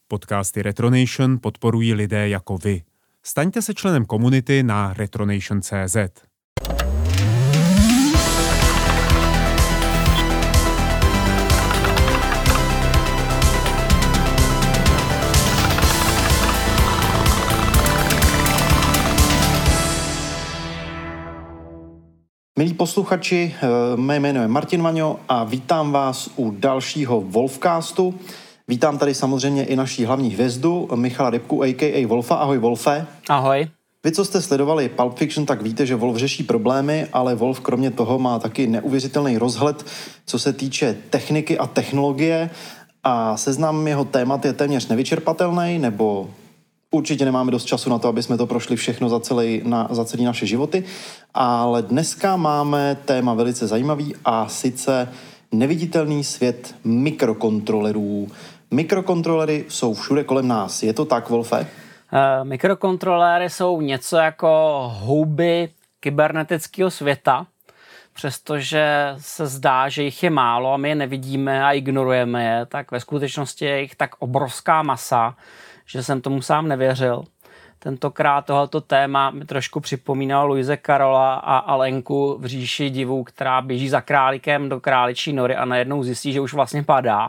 Podcasty Retronation podporují lidé jako vy. Staňte se členem komunity na retronation.cz. Milí posluchači, mé jméno je Martin Vaňo a vítám vás u dalšího Wolfcastu. Vítám tady samozřejmě i naší hlavní hvězdu, Michala Rybku, a.k.a. Wolfa. Ahoj, Wolfe. Ahoj. Vy, co jste sledovali Pulp Fiction, tak víte, že Wolf řeší problémy, ale Wolf kromě toho má taky neuvěřitelný rozhled, co se týče techniky a technologie, a seznam jeho témat je téměř nevyčerpatelný, nebo určitě nemáme dost času na to, aby jsme to prošli všechno za celý naše životy, ale dneska máme téma velice zajímavý, a sice neviditelný svět mikrokontrolerů. Mikrokontrolery jsou všude kolem nás. Je to tak, Wolfe? Mikrokontrolery jsou něco jako houby kybernetického světa, přestože se zdá, že jich je málo a my je nevidíme a ignorujeme je, tak ve skutečnosti je jich tak obrovská masa, že jsem tomu sám nevěřil. Tentokrát tohleto téma mi trošku připomínalo Louise Carrolla a Alenku v říši divů, která běží za králíkem do králičí nory a najednou zjistí, že už vlastně padá.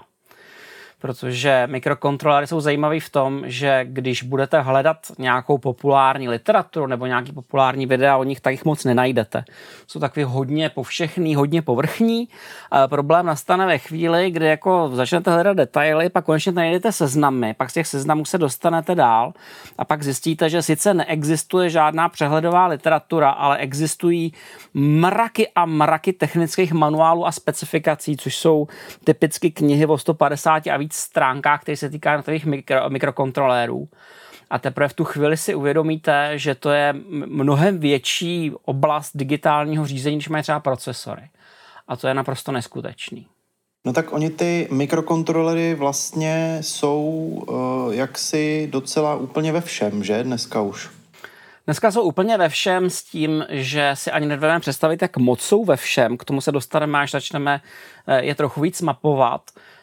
Protože mikrokontrolery jsou zajímavý v tom, že když budete hledat nějakou populární literaturu nebo nějaký populární videa o nich, tak jich moc nenajdete. Jsou takový hodně povšechný, hodně povrchní. Problém nastane ve chvíli, kdy jako začnete hledat detaily, pak konečně najdete seznamy, pak z těch seznamů se dostanete dál a pak zjistíte, že sice neexistuje žádná přehledová literatura, ale existují mraky a mraky technických manuálů a specifikací, což jsou typicky knihy o 150 a víc stránkách, které se týká jednotlivých mikrokontrolérů. A teprve v tu chvíli si uvědomíte, že to je mnohem větší oblast digitálního řízení, než mají třeba procesory. A to je naprosto neskutečný. No tak oni ty mikrokontrolery vlastně jsou jaksi docela úplně ve všem, že? Dneska už. Dneska jsou úplně ve všem s tím, že si ani nedovedeme představit, jak moc jsou ve všem. K tomu se dostaneme, až začneme je trochu víc mapovat.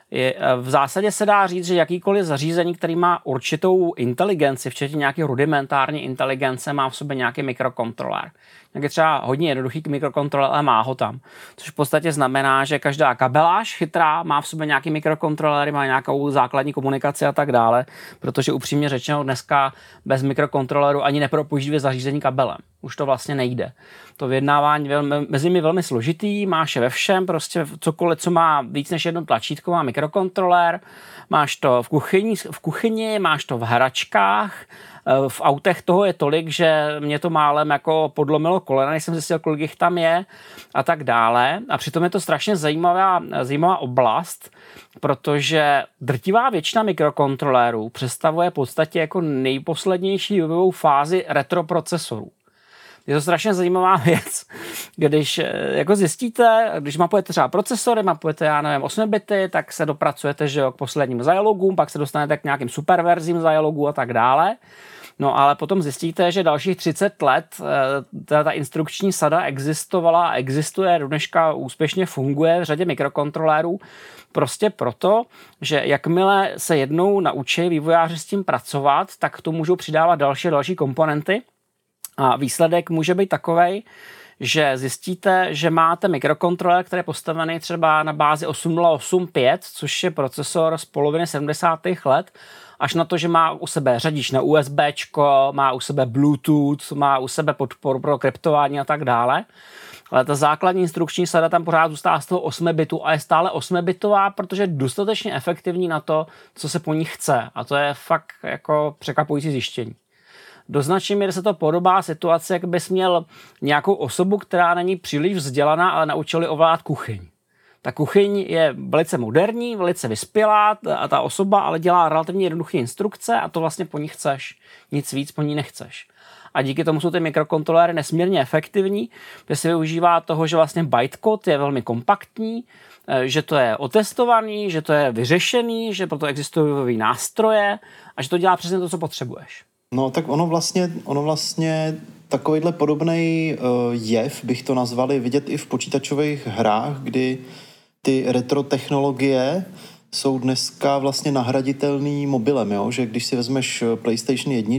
V zásadě se dá říct, že jakýkoliv zařízení, který má určitou inteligenci, včetně nějaké rudimentární inteligence, má v sobě nějaký mikrokontrolér. Je třeba hodně jednoduchý mikrokontrolér, ale má ho tam. Což v podstatě znamená, že každá kabeláž chytrá má v sobě nějaký mikrokontroléry, má nějakou základní komunikaci a tak dále, protože upřímně řečeno dneska bez mikrokontroléru ani nepropoužívají zařízení kabelem. Už to vlastně nejde. To vyjednávání mezi nimi velmi složitý, máš je ve všem, prostě cokoliv, co má víc než jedno tlačítko, má mikrokontrolér, máš to v kuchyni, máš to v hračkách, v autech toho je tolik, že mě to málem jako podlomilo kolena, než jsem zjistil, kolik jich tam je a tak dále. A přitom je to strašně zajímavá oblast, protože drtivá většina mikrokontrolérů představuje v podstatě jako nejposlednější vývojovou fázi retroprocesorů. Je to strašně zajímavá věc, když jako zjistíte, když mapujete třeba procesory, mapujete, 8 bity, tak se dopracujete, že k posledním Zilogům, pak se dostanete k nějakým superverzím Zilogů a tak dále. No ale potom zjistíte, že dalších 30 let ta instrukční sada existovala a existuje, do dneška úspěšně funguje v řadě mikrokontrolérů, prostě proto, že jakmile se jednou naučí vývojáři s tím pracovat, tak to můžou přidávat další komponenty. A výsledek může být takovej, že zjistíte, že máte mikrokontroler, který je postavený třeba na bázi 8085, což je procesor z poloviny 70. let, až na to, že má u sebe řadič na USBčko, má u sebe Bluetooth, má u sebe podporu pro kryptování a tak dále. Ale ta základní instrukční sada tam pořád zůstává z toho 8 bitu a je stále 8-bitová, protože je dostatečně efektivní na to, co se po ní chce. A to je fakt jako překvapující zjištění. Do značné míry se to podobá situaci, jak bys měl nějakou osobu, která není příliš vzdělaná, ale naučili ovládat kuchyň. Ta kuchyň je velice moderní, velice vyspělá a ta osoba ale dělá relativně jednoduché instrukce a to vlastně po ní chceš. Nic víc po ní nechceš. A díky tomu jsou ty mikrokontroléry nesmírně efektivní, protože se využívá toho, že vlastně bytecode je velmi kompaktní, že to je otestovaný, že to je vyřešený, že proto existují nástroje a že to dělá přesně to, co potřebuješ. No tak ono vlastně takovýhle podobnej jev bych to nazval vidět i v počítačových hrách, kdy ty retro technologie jsou dneska vlastně nahraditelný mobilem, jo? Že když si vezmeš PlayStation 1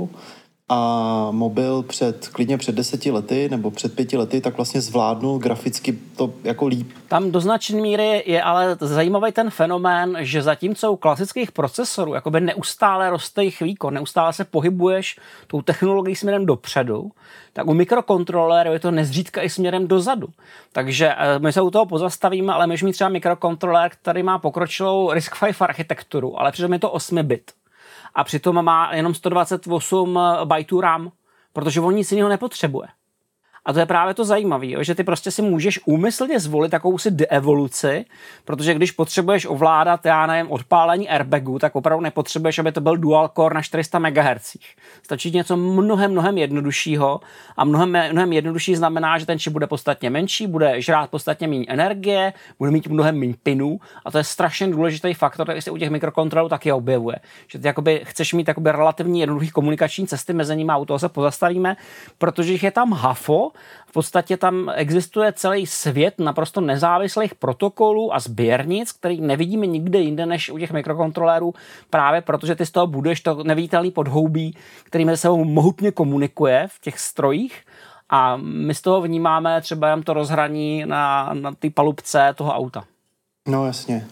a mobil klidně před 10 lety nebo před 5 lety, tak vlastně zvládnul graficky to jako líp. Tam do značné míry je ale zajímavý ten fenomén, že zatímco u klasických procesorů jakoby neustále roste jejich výkon, neustále se pohybuješ tou technologií směrem dopředu, tak u mikrokontrolerů je to nezřídka i směrem dozadu. Takže my se u toho pozastavíme, ale můžeme mít třeba mikrokontroler, který má pokročilou RISC-V architekturu, ale přitom je to 8-bit. A přitom má jenom 128 bajtů RAM, protože on nic jiného nepotřebuje. A to je právě to zajímavé, že ty prostě si můžeš úmyslně zvolit takovousi deevoluci, protože když potřebuješ ovládat, já nevím, odpálení airbagu, tak opravdu nepotřebuješ, aby to byl dual core na 400 MHz. Stačí něco mnohem jednoduššího a mnohem jednodušší znamená, že ten čip bude podstatně menší, bude žrát podstatně méně energie, bude mít mnohem méně pinů a to je strašně důležitý faktor, který se u těch mikrokontrolerů taky objevuje. Že ty jakoby chceš mít jakoby relativně jednoduchý komunikační cesty mezi nimi a u toho se pozastavíme, protože jich je tam hafo. V podstatě tam existuje celý svět naprosto nezávislých protokolů a sběrnic, který nevidíme nikde jinde než u těch mikrokontrolérů, právě protože ty z toho buduješ to neviditelný podhoubí, který mezi sebou mohutně komunikuje v těch strojích a my z toho vnímáme třeba jen to rozhraní na té palubce toho auta. No jasně.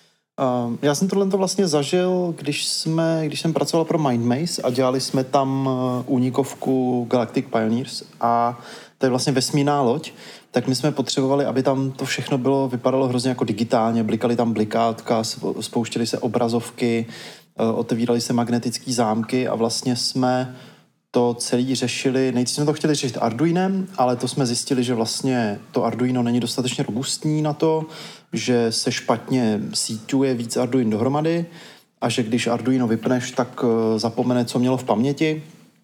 Já jsem tohle vlastně zažil, když jsem pracoval pro MindMaze a dělali jsme tam únikovku Galactic Pioneers a to je vlastně vesmírná loď, tak my jsme potřebovali, aby tam to všechno vypadalo hrozně jako digitálně, blikaly tam blikátka, spouštěly se obrazovky, otevíraly se magnetické zámky a vlastně jsme to celé řešili, nejdřív jsme to chtěli řešit Arduinem, ale to jsme zjistili, že vlastně to Arduino není dostatečně robustní na to, že se špatně síťuje víc Arduin dohromady a že když Arduino vypneš, tak zapomene, co mělo v paměti.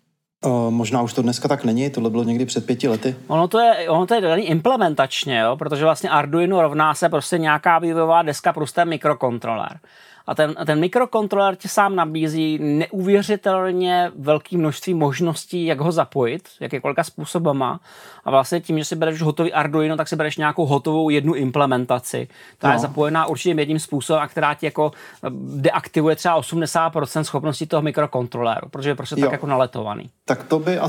Možná už to dneska tak není, tohle bylo někdy před 5 lety. Ono to je daný implementačně, jo? Protože vlastně Arduino rovná se prostě nějaká vývojová deska prostě mikrokontroler. A ten mikrokontroler ti sám nabízí neuvěřitelně velké množství možností, jak ho zapojit, jakýkolika způsobama. A vlastně tím, že si bereš hotový Arduino, tak si bereš nějakou hotovou jednu implementaci. Ta je zapojená určitým jedním způsobem a která ti jako deaktivuje třeba 80% schopností toho mikrokontroléru, protože je prostě tak jako naletovaný. Tak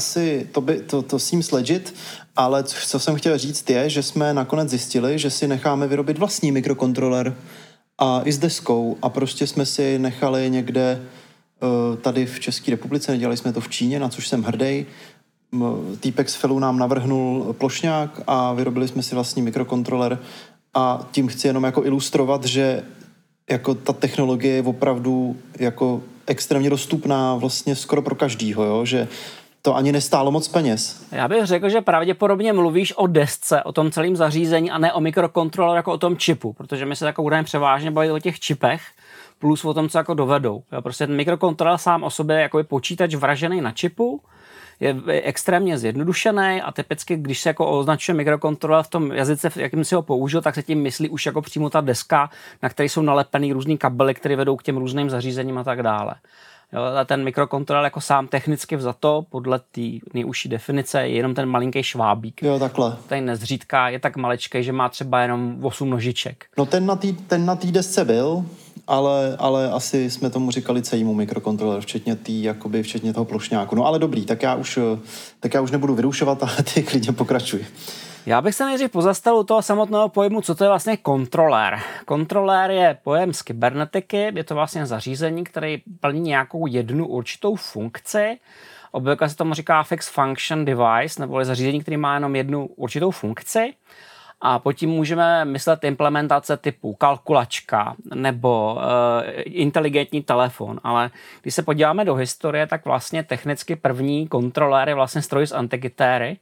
to seems legit, ale co jsem chtěl říct je, že jsme nakonec zjistili, že si necháme vyrobit vlastní mikrokontroler a i s deskou a prostě jsme si nechali někde tady v České republice, nedělali jsme to v Číně, na což jsem hrdý. Týpek z Felu nám navrhnul plošňák a vyrobili jsme si vlastní mikrokontroler a tím chci jenom jako ilustrovat, že jako ta technologie je opravdu jako extrémně dostupná vlastně skoro pro každýho, jo? Že to ani nestálo moc peněz. Já bych řekl, že pravděpodobně mluvíš o desce, o tom celém zařízení a ne o mikrokontroleru jako o tom čipu, protože my se jako budeme převážně bavit o těch čipech plus o tom, co jako dovedou. Jo, prostě ten mikrokontroler sám o sobě je jako počítač vražený na čipu, je extrémně zjednodušený a typicky, když se jako označuje mikrokontroler v tom jazyce, jakým si ho použil, tak se tím myslí už jako přímo ta deska, na které jsou nalepený různý kabely, které vedou k těm různým zařízením a tak dále. Jo, a ten mikrokontroler jako sám technicky vzato, podle té nejužší definice, je jenom ten malinký švábík. Jo, takhle. Ten nezřídka je tak maličkej, že má třeba jenom 8 nožiček. No ten na té desce byl, ale asi jsme tomu říkali celému mikrokontroler, včetně toho plošňáku. No ale dobrý, tak já už nebudu vyrušovat, ale ty klidně pokračuj. Já bych se nejdřív pozastavil u toho samotného pojmu, co to je vlastně kontrolér. Kontrolér je pojem z kybernetiky, je to vlastně zařízení, které plní nějakou jednu určitou funkci. Obvykle se tomu říká fixed function device, nebo zařízení, které má jenom jednu určitou funkci. A pod tím můžeme myslet implementace typu kalkulačka nebo inteligentní telefon. Ale když se podíváme do historie, tak vlastně technicky první kontrolér je vlastně stroj z antikytéry,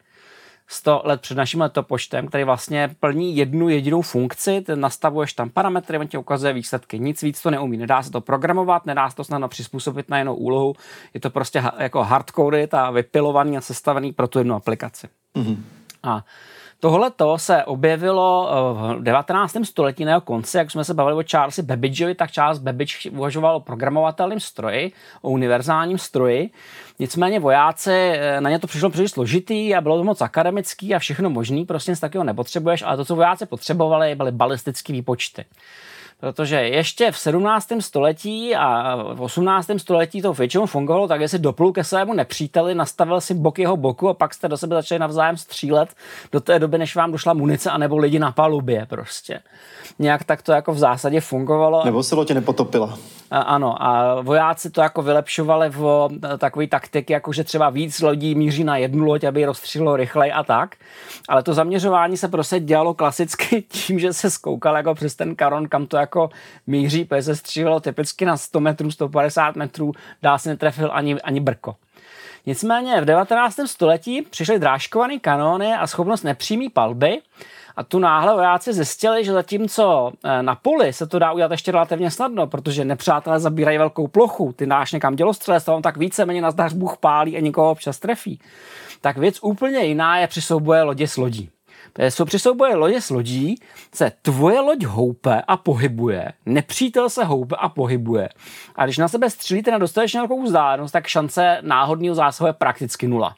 100 let před naším letopočtem, který vlastně plní jednu jedinou funkci, ty nastavuješ tam parametry, on ti ukazuje výsledky. Nic víc to neumí. Nedá se to programovat, nedá se to snadno přizpůsobit na jinou úlohu. Je to prostě jako hardcoded a vypilovaný a sestavený pro tu jednu aplikaci. Mm-hmm. A tohleto se objevilo v 19. století na jeho konci, jak jsme se bavili o Charlesi Babbageovi, tak Charles Babbage uvažoval o programovatelném stroji, o univerzálním stroji. Nicméně vojáci, na ně to přišlo příliš složitý a bylo to moc akademický a všechno možný, prostě nic takového nepotřebuješ, ale to, co vojáci potřebovali, byly balistické výpočty. Protože ještě v 17. století a v 18. století to většinou fungovalo tak, jestli doplul ke svému nepříteli, nastavil si bok jeho boku a pak jste do sebe začali navzájem střílet do té doby, než vám došla munice anebo lidi na palubě prostě. Nějak tak to jako v zásadě fungovalo. Nebo se loď nepotopila. Ano, a vojáci to jako vylepšovali v takové taktiky, jako že třeba víc lodí míří na jednu loď, aby ji rozstřílilo rychleji a tak. Ale to zaměřování se prostě dělalo klasicky tím, že se skoukal jako přes ten karon, kam to jako míří, protože se střílelo typicky na 100 metrů, 150 metrů, dál se netrefil ani brko. Nicméně v 19. století přišly drážkované kanóny a schopnost nepřímé palby. A tu náhle vojáci zjistili, že zatímco na poli se to dá udělat ještě relativně snadno, protože nepřátelé zabírají velkou plochu, ty náš někam dělostřelec, on tak víceméně na zdař Bůh pálí a nikoho občas trefí. Tak věc úplně jiná je při souboje lodě s lodí. Při souboje lodě s lodí se tvoje loď houpe a pohybuje, nepřítel se houpe a pohybuje. A když na sebe střílíte na dostatečně velkou vzdálenost, tak šance náhodného zásahu je prakticky nula.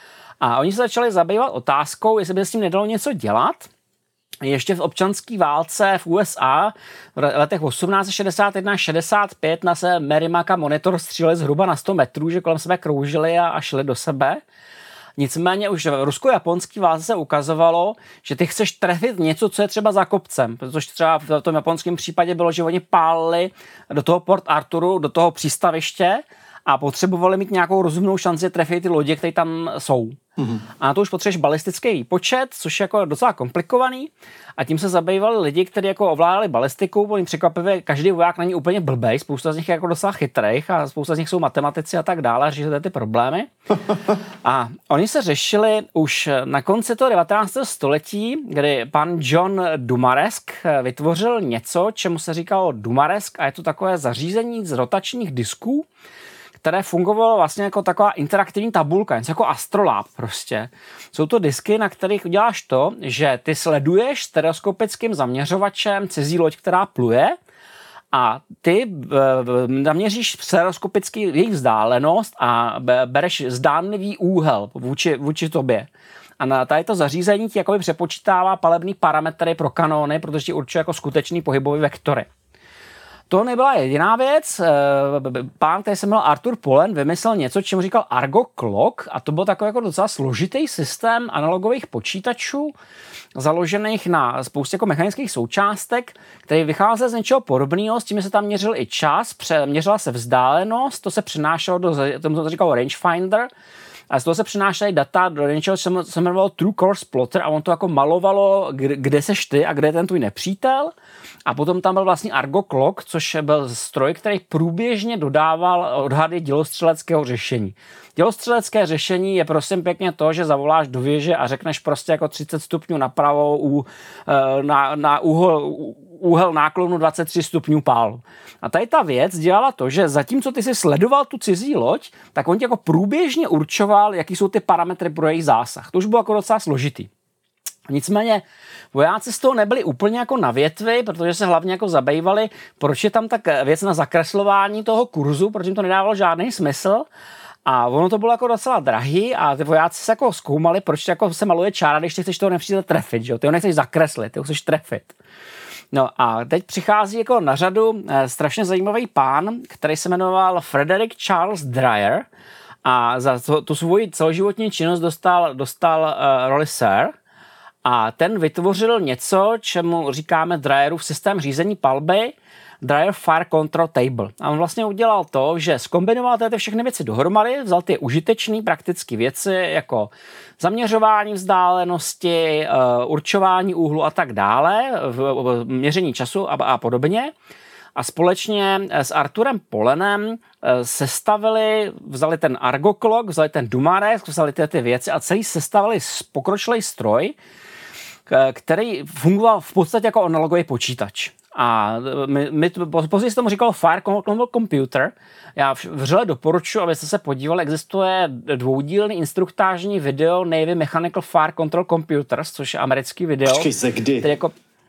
A oni se začali zabývat otázkou, jestli by s tím nedalo něco dělat. Ještě v občanské válce v USA v letech 1861 až 65 na se Merrimack a Monitor stříleli zhruba na 100 metrů, že kolem sebe kroužili a šli do sebe. Nicméně už v rusko-japonské válce se ukazovalo, že ty chceš trefit něco, co je třeba za kopcem, protože třeba v tom japonském případě bylo, že oni pálili do toho Port Arthuru, do toho přístaviště a potřebovali mít nějakou rozumnou šanci trefit ty lodě, které tam jsou. Mm-hmm. A na to už potřebuješ balistický výpočet, což je jako docela komplikovaný. A tím se zabývali lidi, kteří jako ovládali balistiku, oni překvapivě, každý voják není úplně blbej, spousta z nich je jako docela chytrých a spousta z nich jsou matematici a tak dále, řešili ty problémy. A oni se řešili už na konci toho 19. století, kdy pan John Dumaresk vytvořil něco, čemu se říkalo Dumaresk, a je to takové zařízení z rotačních disků, které fungovalo vlastně jako taková interaktivní tabulka, něco jako astrolab prostě. Jsou to disky, na kterých uděláš to, že ty sleduješ stereoskopickým zaměřovačem cizí loď, která pluje, a ty naměříš stereoskopicky jejich vzdálenost a bereš zdánlivý úhel vůči tobě. A na to zařízení ti jakoby přepočítává palební parametry pro kanóny, protože ti určuje jako skutečný pohybový vektory. To nebyla jediná věc. Pán, který se jmenoval Arthur Polen, vymyslel něco, čemu říkal Argo Clock, a to byl takový jako docela složitý systém analogových počítačů, založených na spoustě jako mechanických součástek, který vycházel z něčeho podobného, s tím se tam měřil i čas, měřila se vzdálenost, to se přenášelo tomu to říkalo rangefinder, a z toho se přinášely data do něčeho, co se jmenovalo True Course Plotter, a on to jako malovalo, kde seš ty a kde je ten tvůj nepřítel. A potom tam byl vlastně Argo Clock, což byl stroj, který průběžně dodával odhady dělostřeleckého řešení. Dělostřelecké řešení je prosím pěkně to, že zavoláš do věže a řekneš prostě jako 30 stupňů napravo na úhel náklonu 23 stupňů pálu. A tady ta věc dělala to, že zatímco ty si sledoval tu cizí loď, tak on ti jako průběžně určoval, jaký jsou ty parametry pro jejich zásah. To už bylo jako docela složitý. Nicméně vojáci z toho nebyli úplně jako na větvi, protože se hlavně jako zabývali, proč je tam tak věc na zakreslování toho kurzu, proč jim to nedávalo žádný smysl. A ono to bylo jako docela drahý a ty vojáci se jako zkoumali, proč jako se maluje čára, když ty chceš toho nepřítele trefit, že jo? Ty ho nechceš zakreslit, ty ho chceš trefit. No a teď přichází jako na řadu strašně zajímavý pán, který se jmenoval Frederick Charles Dreyer, a za tu svoji celoživotní činnost dostal roli Sir. A ten vytvořil něco, čemu říkáme Dreyerův systém řízení palby, Dreyer Fire Control Table. A on vlastně udělal to, že zkombinoval ty všechny věci dohromady, vzal ty užitečné praktické věci, jako zaměřování vzdálenosti, určování úhlu a tak dále, měření času a podobně. A společně s Arthurem Polenem vzali ten Argo Clock, vzali ten Dumaresk, vzali ty věci a celý sestavili pokročilý stroj, který fungoval v podstatě jako analogový počítač. A později se tomu říkalo Fire Control Computer. Já vřele doporučuji, abyste se podívali, existuje dvoudílný instruktážní video Navy Mechanical Fire Control Computers, což je americký video. Počkej, ze kdy? Jako,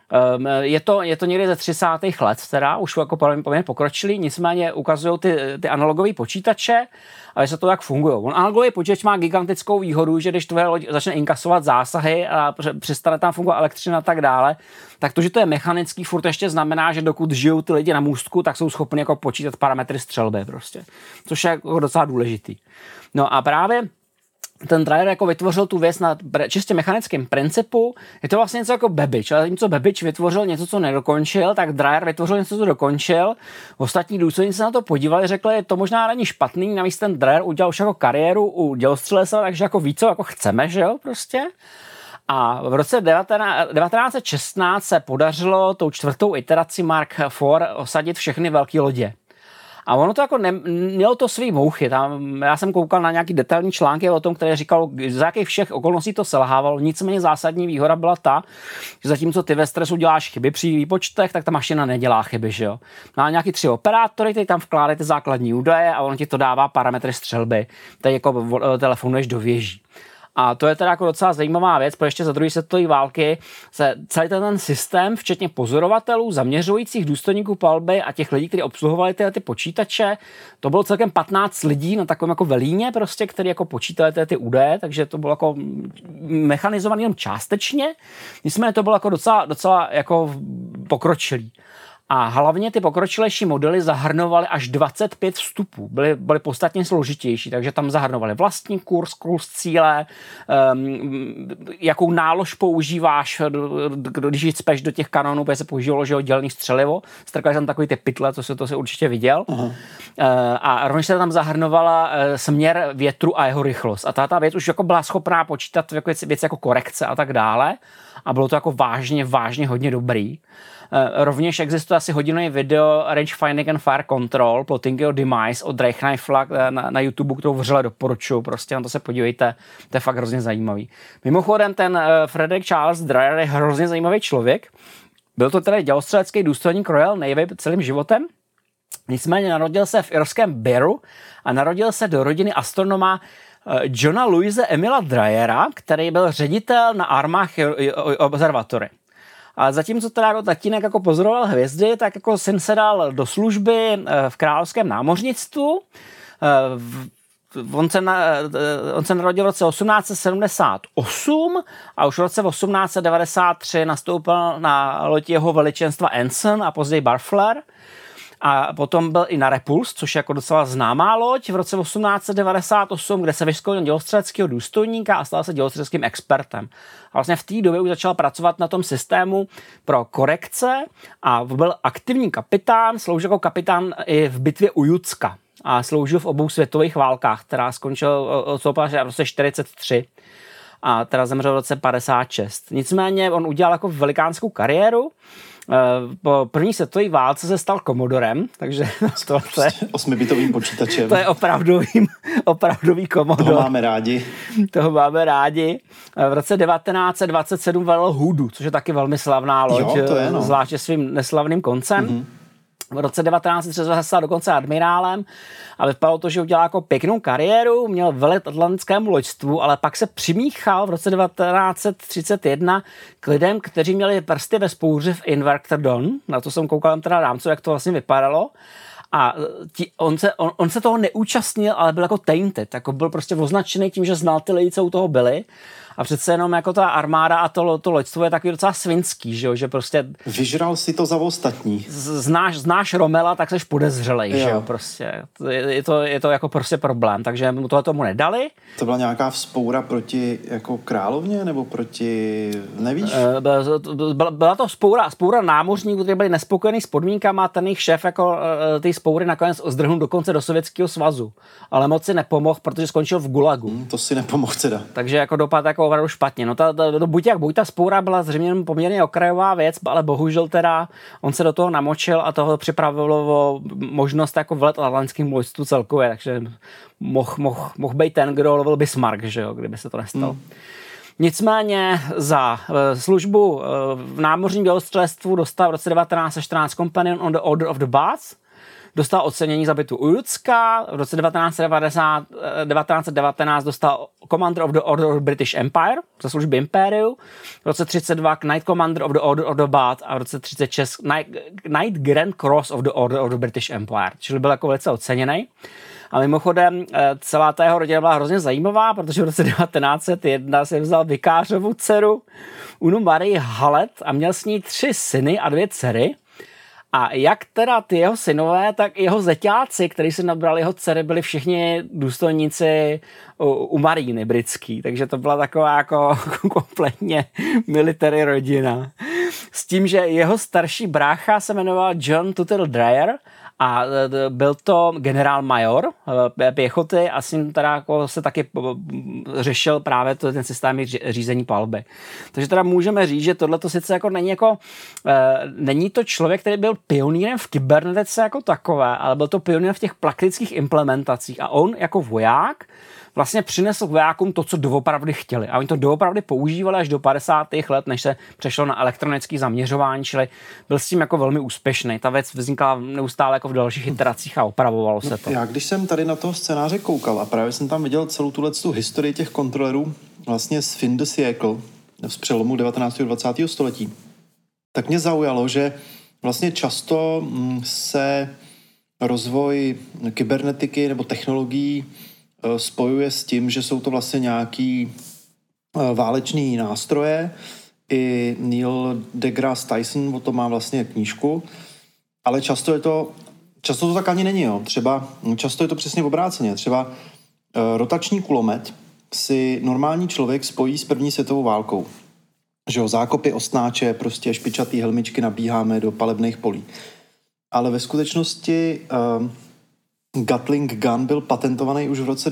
Je to někdy ze 30. let, teda už jako poměrně pokročilý, nicméně ukazují ty analogové počítače a se to jak fungují. Analogový počítač má gigantickou výhodu, že když tvoje loď začne inkasovat zásahy a přestane tam fungovat elektřina a tak dále, tak to, že to je mechanický, furt ještě znamená, že dokud žijou ty lidi na můstku, tak jsou schopni jako počítat parametry střelby prostě, což je jako docela důležitý. No a právě ten Dreyer jako vytvořil tu věc na čistě mechanickém principu. Je to vlastně něco jako Babbage, ale tím, co Babbage vytvořil něco, co nedokončil, tak Dreyer vytvořil něco, co dokončil. Ostatní důstojníci se na to podívali, řekli, to možná není špatný, navíc ten Dreyer udělal už jako kariéru u dělostřelectva, takže jako ví, co jako chceme, že jo, prostě. A v roce 1916 se podařilo tou 4. iteraci Mark IV osadit všechny velké lodě. A ono to jako mělo to svý mouchy. Já jsem koukal na nějaký detailní články o tom, které říkal, za jakých všech okolností to selhávalo. Nicméně zásadní výhoda byla ta, že zatímco ty ve stresu děláš chyby při výpočtech, tak ta mašina nedělá chyby, že jo. Má nějaký 3 operátory, ty tam vkládají ty základní údaje a on ti to dává parametry střelby. Teď jako telefonuješ do věží. A to je teda jako docela zajímavá věc, protože ještě za druhé světové války se celý ten systém, včetně pozorovatelů, zaměřujících důstojníků palby a těch lidí, kteří obsluhovali ty počítače, to bylo celkem 15 lidí na takovém jako velíně, prostě, který jako počítali ty údaje, takže to bylo jako mechanizovaný jenom částečně. Nicméně to bylo jako docela jako pokročilý. A hlavně ty pokročilejší modely zahrnovaly až 25 vstupů. Byly podstatně složitější, takže tam zahrnovaly vlastní kurz cíle, jakou nálož používáš, když ji cpeš do těch kanonů, protože se používalo, že dělný střelivo. Strkali tam takový ty pytle, to se určitě viděl. Uh-huh. A rovněž se tam zahrnovala směr větru a jeho rychlost. A ta věc už jako byla schopná počítat věci jako korekce a tak dále. A bylo to jako vážně hodně dobrý. Rovněž existuje asi hodinový video Range Finding and Fire Control, Plotting Your Demise od Reichnifla na YouTube, kterou vřele doporučuji, prostě na to se podívejte, to je fakt hrozně zajímavý. Mimochodem ten Frederick Charles Dreyer je hrozně zajímavý člověk, byl to tedy dělostřelecký důstojník Royal Navy celým životem, nicméně narodil se v irském Beru a narodil se do rodiny astronoma Johna Louise Emila Dreyera, který byl ředitel na Armagh Observatory. Ale zatímco teda jako tatínek jako pozoroval hvězdy, tak jako syn se dal do služby v královském námořnictvu. On se narodil v roce 1878 a už v roce 1893 nastoupil na loď jeho veličenstva Anson a později Barfleur. A potom byl i na Repulse, což je jako docela známá loď v roce 1898, kde se vyškolil dělostřeleckého důstojníka a stal se dělostřeleckým expertem. A vlastně v té době už začal pracovat na tom systému pro korekce a byl aktivní kapitán, sloužil jako kapitán i v bitvě u Jutska a sloužil v obou světových válkách, která skončil v roce 43 a teda zemřel v roce 56. Nicméně on udělal jako velikánskou kariéru. Po první světové válce se stal komodorem, takže to je 8bitovým počítačem. To je opravdový komodor. Toho máme rádi. V roce 1927 velel Hoodu, což je taky velmi slavná loď, zvláště svým neslavným koncem. Mm-hmm. V roce 1930 se stal dokonce admirálem a vypadalo to, že udělal jako pěknou kariéru, měl velet atlantickému loďstvu, ale pak se přimíchal v roce 1931 k lidem, kteří měli prsty ve spouři v Inverkeithden. Na to jsem koukal teda rámcu, jak to vlastně vypadalo. A on se toho neúčastnil, ale byl jako tainted, jako byl prostě označený tím, že znal ty lidi, co u toho byli. A přece jenom jako ta armáda a to loďstvo je takový docela svinský, že prostě... Vyžral si to za ostatní. Znáš Romela, tak seš podezřelej, že jo, prostě. Je to jako prostě problém, takže mu tohle tomu nedali. To byla nějaká vzpoura proti jako královně, nebo proti, nevíš? Byla to spoura námořníků, kteří byli nespokojení s podmínkama, ten jejich šéf jako ty spoury nakonec zdrhnul dokonce do Sovětského svazu. Ale moc si nepomohl, protože skončil v Gulagu. To si nepomohl teda. Takže jako dopad jako opravdu špatně. No buď ta spoura byla zřejmě poměrně okrajová věc, ale bohužel teda on se do toho namočil a toho připravilo o možnost jako velet atlantským loďstvu celkově, takže mohl být ten, kdo lovil Bismarck, že jo, kdyby se to nestalo. Nicméně za službu v námořním dělostřelectvu dostal v roce 1914 Companion on the Order of the Bath, dostal ocenění za bitvu u Jutska, v roce 1919 dostal Commander of the Order of British Empire, za služby Impériu, v roce 32 Knight Commander of the Order of the Bath a v roce 36 Knight Grand Cross of the Order of the British Empire, čili byl jako velice oceněný. A mimochodem celá ta jeho rodina byla hrozně zajímavá, protože v roce 1901 si vzal vikářovu dceru Unu Marii Hallet a měl s ní 3 syny a 2 dcery. A jak teda ty jeho synové, tak jeho zeťáci, kteří si nabrali jeho dcery, byli všichni důstojníci u maríny britský. Takže to byla taková jako kompletně military rodina. S tím, že jeho starší brácha se jmenoval John Tuttle Dreyer a byl to generál major pěchoty a s ním teda jako se taky řešil právě ten systém řízení palby. Takže teda můžeme říct, že tohle to sice jako není to člověk, který byl pionýrem v kybernetice jako takové, ale byl to pionýr v těch praktických implementacích a on jako voják vlastně přinesl vojákům to, co doopravdy chtěli. A oni to doopravdy používali až do 50. let, než se přešlo na elektronické zaměřování, čili byl s tím jako velmi úspěšný. Ta věc vznikala neustále jako v dalších iteracích a opravovalo se to. Já když jsem tady na toho scénáře koukal a právě jsem tam viděl celou tu historii těch kontrolerů vlastně z fin de siècle, z přelomu 19. a 20. století, tak mě zaujalo, že vlastně často se rozvoj kybernetiky nebo technologií spojuje s tím, že jsou to vlastně nějaký válečný nástroje. I Neil deGrasse Tyson o tom má vlastně knížku, ale často to tak ani není. Jo. Třeba často je to přesně obráceně. Třeba rotační kulomet si normální člověk spojí s první světovou válkou. Že jo, zákopy, ostnáče, prostě špičatý helmičky nabíháme do palebných polí. Ale ve skutečnosti Gatling gun byl patentovaný už v roce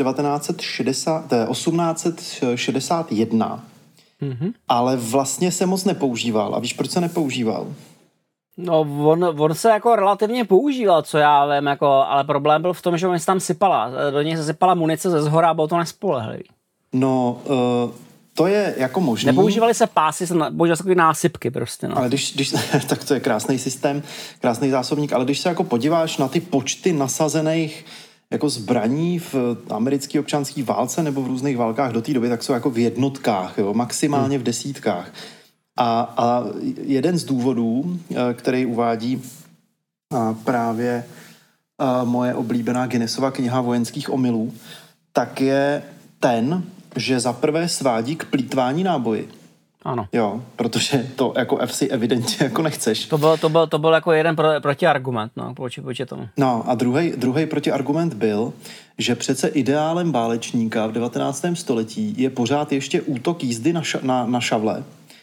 1861, ale vlastně se moc nepoužíval. A víš, proč se nepoužíval? No, on se jako relativně používal, co já vím, jako, ale problém byl v tom, že on se tam sypala. Do něj se sypala munice ze zhora a bylo to nespolehlivý. No, to je jako možný. Nepoužívali se pásy, používali se takové násypky prostě. No. Ale když tak to je krásný systém, krásný zásobník, ale když se jako podíváš na ty počty nasazených jako zbraní v americké občanské válce nebo v různých válkách do té doby, tak jsou jako v jednotkách, jo, maximálně v desítkách. A jeden z důvodů, který uvádí právě moje oblíbená Guinnessova kniha vojenských omylů, tak je ten, že zaprvé svádí k plýtvání náboji. Ano. Jo, protože to jako FC evidentně jako nechceš. To byl jako jeden protiargument, no, proti tomu. No a druhý protiargument byl, že přece ideálem válečníka v 19. století je pořád ještě útok jízdy na šavle.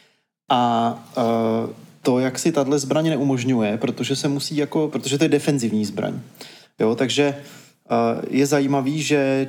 A to, jak si tahle zbraň neumožňuje, protože to je defenzivní zbraň. Jo, takže je zajímavý, že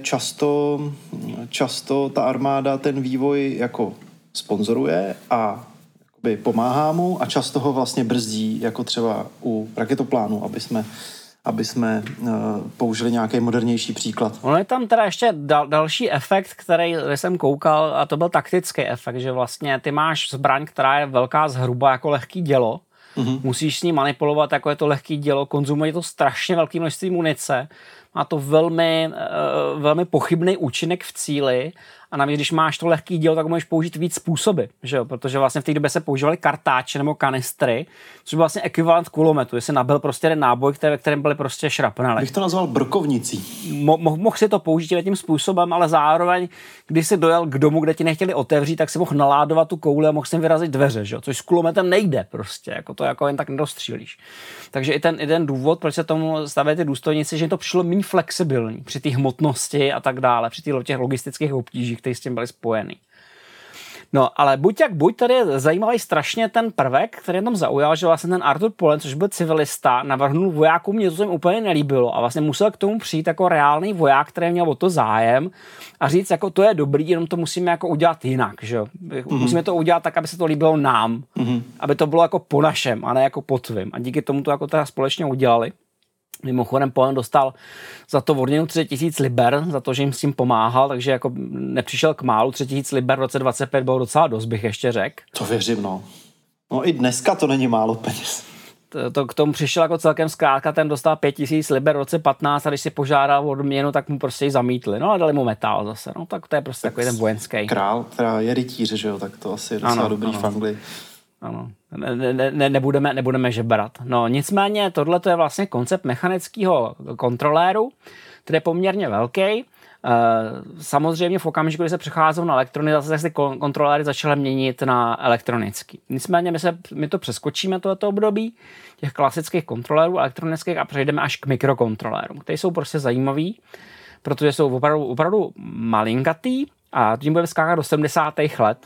často ta armáda ten vývoj jako sponzoruje a jakoby pomáhá mu a často ho vlastně brzdí, jako třeba u raketoplánu, aby jsme použili nějaký modernější příklad. Ono je tam teda ještě další efekt, který jsem koukal, a to byl taktický efekt, že vlastně ty máš zbraň, která je velká zhruba jako lehký dělo, musíš s ní manipulovat, jako je to lehký dělo, konzumuje to strašně velké množství munice, má to velmi, velmi pochybný účinek v cíli a navíc, když máš to lehký dílo, tak můžeš použít víc způsoby, že jo? Protože vlastně v té době se používaly kartáče nebo kanistry, což byl vlastně ekvivalent kulometu, jestli nabil prostě jeden náboj, ve kterém byly prostě šrapnely. Bych to nazval brokovnicí. Mohl si to použít tím způsobem, ale zároveň, když si dojel k domu, kde ti nechtěli otevřít, tak si mohl naládovat tu kouli a mohl si vyrazit dveře, že jo? Což s kulometem nejde prostě, jako to jako jen tak nedostřílíš. Takže i ten důvod, proč se tomu staví ty důstojníci, že to přišlo méně flexibilní při té hmotnosti a tak dále, při těch logistických obtížích, které s tím byly spojený. No, ale buď tady je zajímavý strašně ten prvek, který tam zaujal, že vlastně ten Arthur Polen, což byl civilista, navrhnul vojákům něco, co jim úplně nelíbilo a vlastně musel k tomu přijít jako reálný voják, který měl o to zájem a říct, jako to je dobrý, jenom to musíme jako udělat jinak, že jo. Musíme to udělat tak, aby se to líbilo nám, aby to bylo jako po našem a ne jako po tvým. A díky tomu to jako teda společně udělali. Mimochodem Polen dostal za to odměnu 3000 liber, za to, že jim s tím pomáhal, takže jako nepřišel k málu. 3000 liber v roce 25 bylo docela dost, bych ještě řekl. To věřím, no. No i dneska to není málo peněz. to k tomu přišel jako celkem zkrátka, ten dostal 5000 liber v roce 15 a když si požádal o odměnu, tak mu prostě ji zamítli. No a dali mu metál zase. No tak to je prostě takový ten vojenský. Král, která je rytíř, že jo, tak to asi je docela dobrý v Anglii. Ano, nebudeme žebrat. No nicméně tohle je vlastně koncept mechanického kontroléru, který je poměrně velký. Samozřejmě v okamžiku, kdy se přecházelo na elektronizaci, tak se kontroléry začaly měnit na elektronický. Nicméně my to přeskočíme tohleto období těch klasických kontrolérů elektronických a přejdeme až k mikrokontrolérům, které jsou prostě zajímavý, protože jsou opravdu malinkatý a tím budeme skákat do 70. let.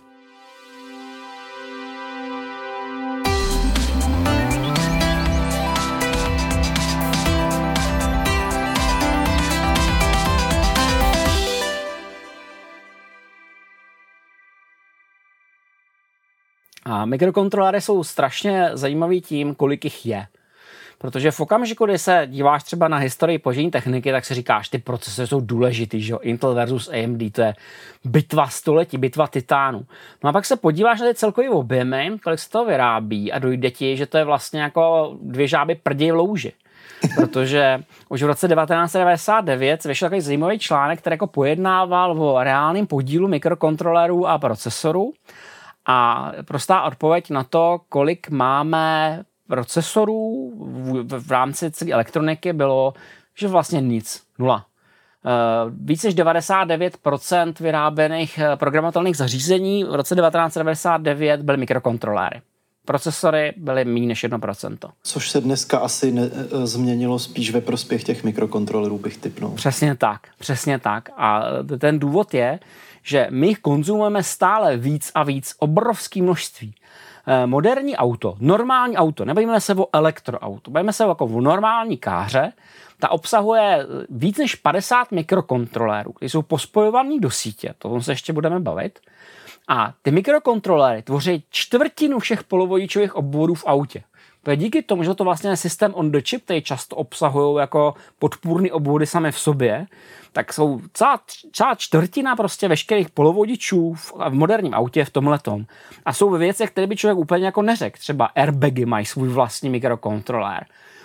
A mikrokontroléry jsou strašně zajímavý tím, kolik jich je. Protože v okamžiku, kdy se díváš třeba na historii použití techniky, tak si říkáš, ty procesory jsou důležitý, že jo? Intel versus AMD, to je bitva století, bitva titánu. No a pak se podíváš na ty celkový objemy, kolik se toho vyrábí a dojde ti, že to je vlastně jako 2 žáby prděj v louži. Protože už v roce 1999 vyšel takový zajímavý článek, který jako pojednával o reálném podílu mikrokontrolérů a procesorů. A prostá odpověď na to, kolik máme procesorů v rámci celé elektroniky, bylo, že vlastně nic, 0. Více než 99% vyráběných programovatelných zařízení v roce 1999 byly mikrokontroléry. Procesory byly méně než 1%. Což se dneska asi změnilo spíš ve prospěch těch mikrokontrolerů, bych tipnul. Přesně tak. A ten důvod je, že my jich konzumujeme stále víc a víc, obrovské množství. Moderní auto, normální auto, nebavíme se o elektroauto, bavíme se jako o normální káře, ta obsahuje víc než 50 mikrokontrolérů, které jsou pospojovaný do sítě, to tom se ještě budeme bavit. A ty mikrokontroléry tvoří 1/4 všech polovodičových obvodů v autě. To je díky tomu, že to vlastně je systém on the chip, který často obsahují jako podpůrný obvody sami v sobě, tak jsou celá 1/4 prostě veškerých polovodičů v moderním autě v tomhletom. A jsou ve věcech, které by člověk úplně jako neřekl. Třeba airbagy mají svůj vlastní mikrokontrolér.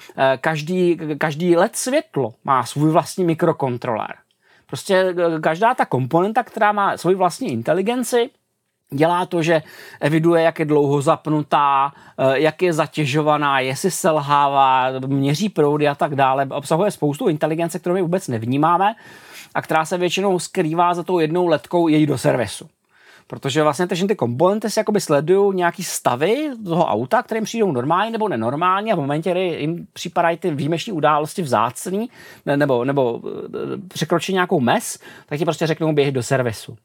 Každý LED světlo má svůj vlastní mikrokontrolér. Prostě každá ta komponenta, která má svou vlastní inteligenci, dělá to, že eviduje, jak je dlouho zapnutá, jak je zatěžovaná, jestli selhává, měří proudy a tak dále. Obsahuje spoustu inteligence, kterou my vůbec nevnímáme a která se většinou skrývá za tou jednou ledkou její do servisu. Protože vlastně ty komponenty si jakoby sledují nějaký stavy toho auta, kterým přijdou normální nebo nenormální a v momentě, kdy jim připadají ty výjimeční události vzácný nebo překročí nějakou mez, tak ti prostě řeknou běhy do servisu.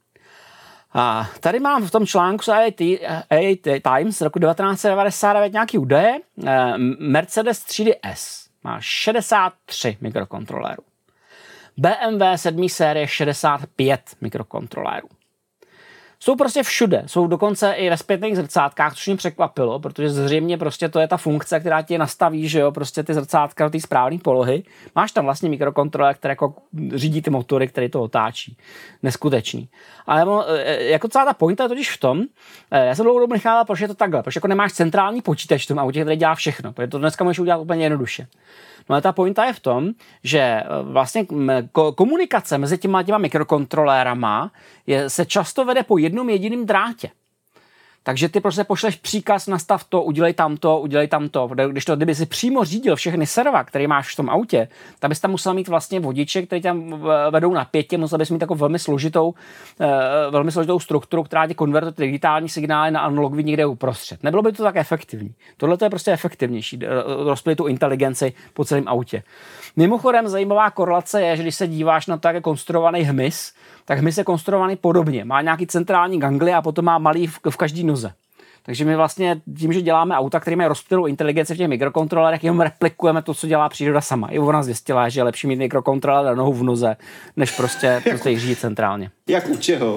A tady mám v tom článku z IAT Times z roku 1999 nějaký údaje. Mercedes 3D S má 63 mikrokontrolérů. BMW 7 série 65 mikrokontrolérů. Jsou prostě všude, jsou dokonce i ve zpětných zrcátkách, což mě překvapilo, protože zřejmě prostě to je ta funkce, která ti nastaví, že jo, prostě ty zrcátka do té správné polohy. Máš tam vlastně mikrokontroler, který jako řídí ty motory, který to otáčí. Neskutečný. Ale jako celá ta pointa je totiž v tom, já jsem dlouho nechával, proč je to takhle, protože jako nemáš centrální počítač v tom autě, který dělá všechno, protože to dneska můžeš udělat úplně jednoduše. No ale ta pointa je v tom, že vlastně komunikace mezi těma mikrokontrolérama se často vede po jednom jediném drátě. Takže ty prostě pošleš příkaz, nastav to, udělej tam to. Kdyby si přímo řídil všechny serva, které máš v tom autě, tak bys tam musel mít vlastně vodiče, které tam vedou napětě, musel bys mít takovou velmi složitou strukturu, která ti konvertuje digitální signály na analogový někde uprostřed. Nebylo by to tak efektivní. Tohle to je prostě efektivnější, rozpět tu inteligenci po celém autě. Mimochodem zajímavá korelace je, že když se díváš na to, jak je konstruovaný hmyz, tak hmyz je konstruovaný podobně. Má nějaký centrální ganglie a potom má malý v každý noze. Takže my vlastně tím, že děláme auta, které mají rozptylou inteligenci v těch mikrokontrolerech, jenom replikujeme to, co dělá příroda sama. I ona zjistila, že je lepší mít mikrokontroler na nohu v noze, než prostě jich řídit centrálně. Jak u čeho?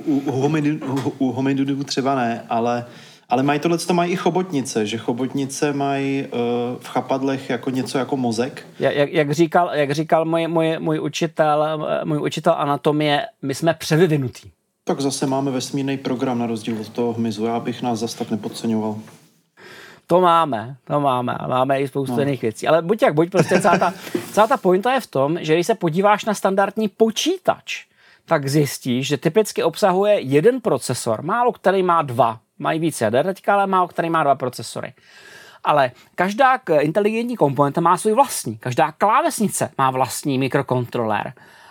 U hominidů třeba ne, ale mají tohleto mají i chobotnice, že chobotnice mají v chapadlech jako něco jako mozek. Jak říkal můj učitel anatomie, my jsme převyvinutí. Tak zase máme vesmírný program na rozdíl od toho hmyzu. Já bych nás zas tak nepodceňoval. To máme. Máme i spoustu jiných věcí. Ale buď jak buď, prostě celá ta pointa je v tom, že když se podíváš na standardní počítač, tak zjistíš, že typicky obsahuje jeden procesor, málo který má dva. Mají víc jader teďka, ale málo který má dva procesory. Ale každá inteligentní komponenta má svůj vlastní. Každá klávesnice má vlastní mikrokontrolér.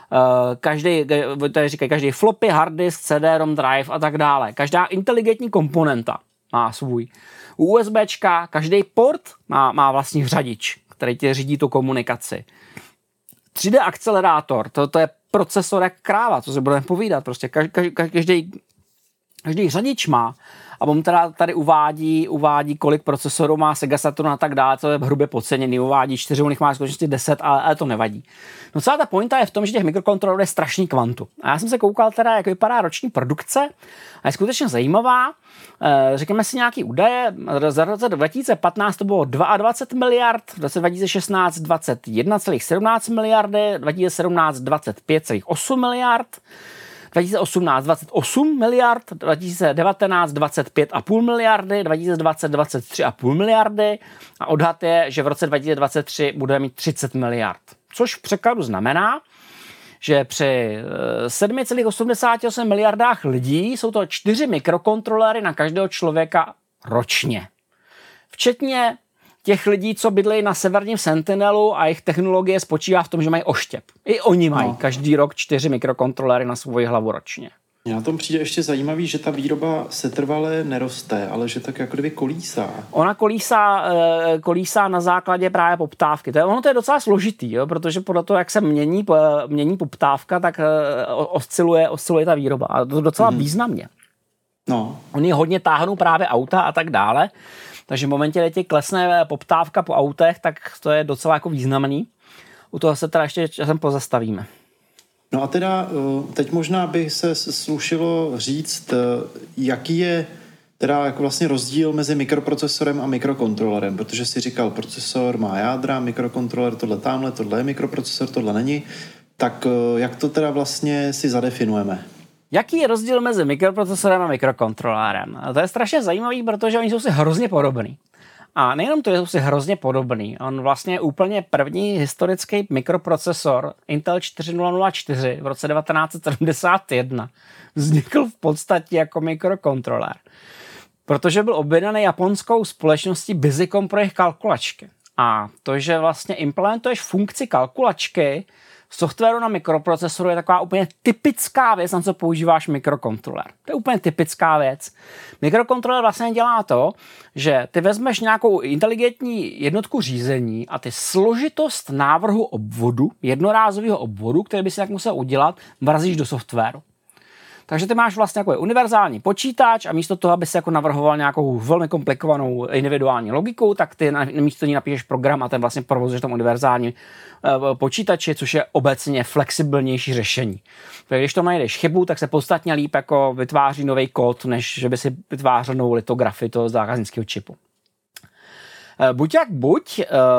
Každý floppy, hard disk, CD-ROM drive a tak dále. Každá inteligentní komponenta má svůj. U USBčka každý port má vlastní řadič, který ti řídí tu komunikaci. 3D akcelerátor, to je procesor jak kráva, co se budeme povídat. Prostě každý řadič má. A on teda tady uvádí, kolik procesorů má Sega Saturn a tak dále, to je hrubě podceněný, uvádí 4, on jich má skutečně 10, ale to nevadí. No celá ta pointa je v tom, že těch mikrokontrolerů je strašný kvantum. A já jsem se koukal teda, jak vypadá roční produkce a je skutečně zajímavá. Řekněme si nějaký údaje, za roce 2015 to bylo 22 miliard, v roce 2016 21,17 miliardy, 2017 25,8 miliard, 2018 28 miliard, 2019 25,5 miliardy, 2020 23,5 miliardy a odhad je, že v roce 2023 budeme mít 30 miliard. Což v překladu znamená, že při 7,88 miliardách lidí jsou to 4 mikrokontrolery na každého člověka ročně. Včetně těch lidí, co bydlejí na severním Sentinelu a jejich technologie spočívá v tom, že mají oštěp. I oni mají každý rok 4 mikrokontrolery na svoji hlavu ročně. Mně na tom přijde ještě zajímavý, že ta výroba setrvale neroste, ale že tak jako kdyby kolísá. Ona kolísá na základě právě poptávky. To je docela složitý, jo, protože podle toho, jak se mění poptávka, tak osciluje ta výroba. A to docela významně. No. Oni hodně táhnou právě auta a tak dále. Takže v momentě, kdy ti klesne poptávka po autech, tak to je docela jako významný. U toho se teda ještě časem pozastavíme. No a teda teď možná by se slušilo říct, jaký je teda jako vlastně rozdíl mezi mikroprocesorem a mikrokontrolerem, protože si říkal, procesor má jádra, mikrokontroler tohle tamhle, tohle je mikroprocesor, tohle není. Tak jak to teda vlastně si zadefinujeme? Jaký je rozdíl mezi mikroprocesorem a mikrokontrolérem? To je strašně zajímavý, protože oni jsou si hrozně podobný. A nejenom to, že jsou si hrozně podobný, on vlastně úplně první historický mikroprocesor Intel 4004 v roce 1971 vznikl v podstatě jako mikrokontrolér. Protože byl objednaný japonskou společností Busicom pro jejich kalkulačky. A to, že vlastně implementuješ funkci kalkulačky softwaru na mikroprocesoru, je taková úplně typická věc, na co používáš mikrokontroler. To je úplně typická věc. Mikrokontroler vlastně dělá to, že ty vezmeš nějakou inteligentní jednotku řízení a ty složitost návrhu obvodu, jednorázového obvodu, který by si tak musel udělat, vrazíš do softwaru. Takže ty máš vlastně jako univerzální počítač a místo toho, aby si jako navrhoval nějakou velmi komplikovanou individuální logiku, tak ty místo ní napíšeš program a ten vlastně provozuješ tam univerzální počítači, což je obecně flexibilnější řešení. Takže když to najdeš chybu, tak se podstatně líp jako vytváří nový kód, než že by si vytvářel novou litografii toho zákaznického čipu. Buď jak buď,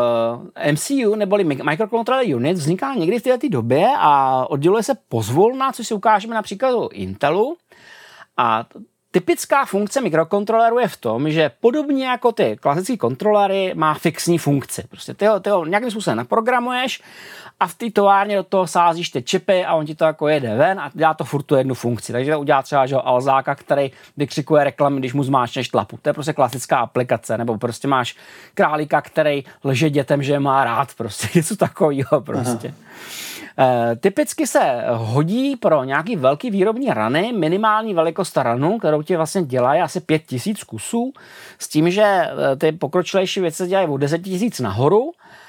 MCU neboli Microcontroller Unit vzniká někdy v této době a odděluje se pozvolna, což si ukážeme na příkladu Intelu. A typická funkce mikrokontroleru je v tom, že podobně jako ty klasické kontrolery má fixní funkci. Prostě ty ho nějakým způsobem naprogramuješ a v té továrně do toho sázíš ty čipy a on ti to jako jede ven a dělá to furt tu jednu funkci. Takže to udělá třeba že Alzáka, který vykřikuje reklamy, když mu zmáčneš tlapu. To je prostě klasická aplikace. Nebo prostě máš králíka, který lže dětem, že je má rád. Prostě něco takového prostě. Typicky se hodí pro nějaký velký výrobní rany, minimální velikost ranu, kterou ti vlastně dělají asi 5000 kusů, s tím, že ty pokročilejší věci se dělají o 10 000 nahoru.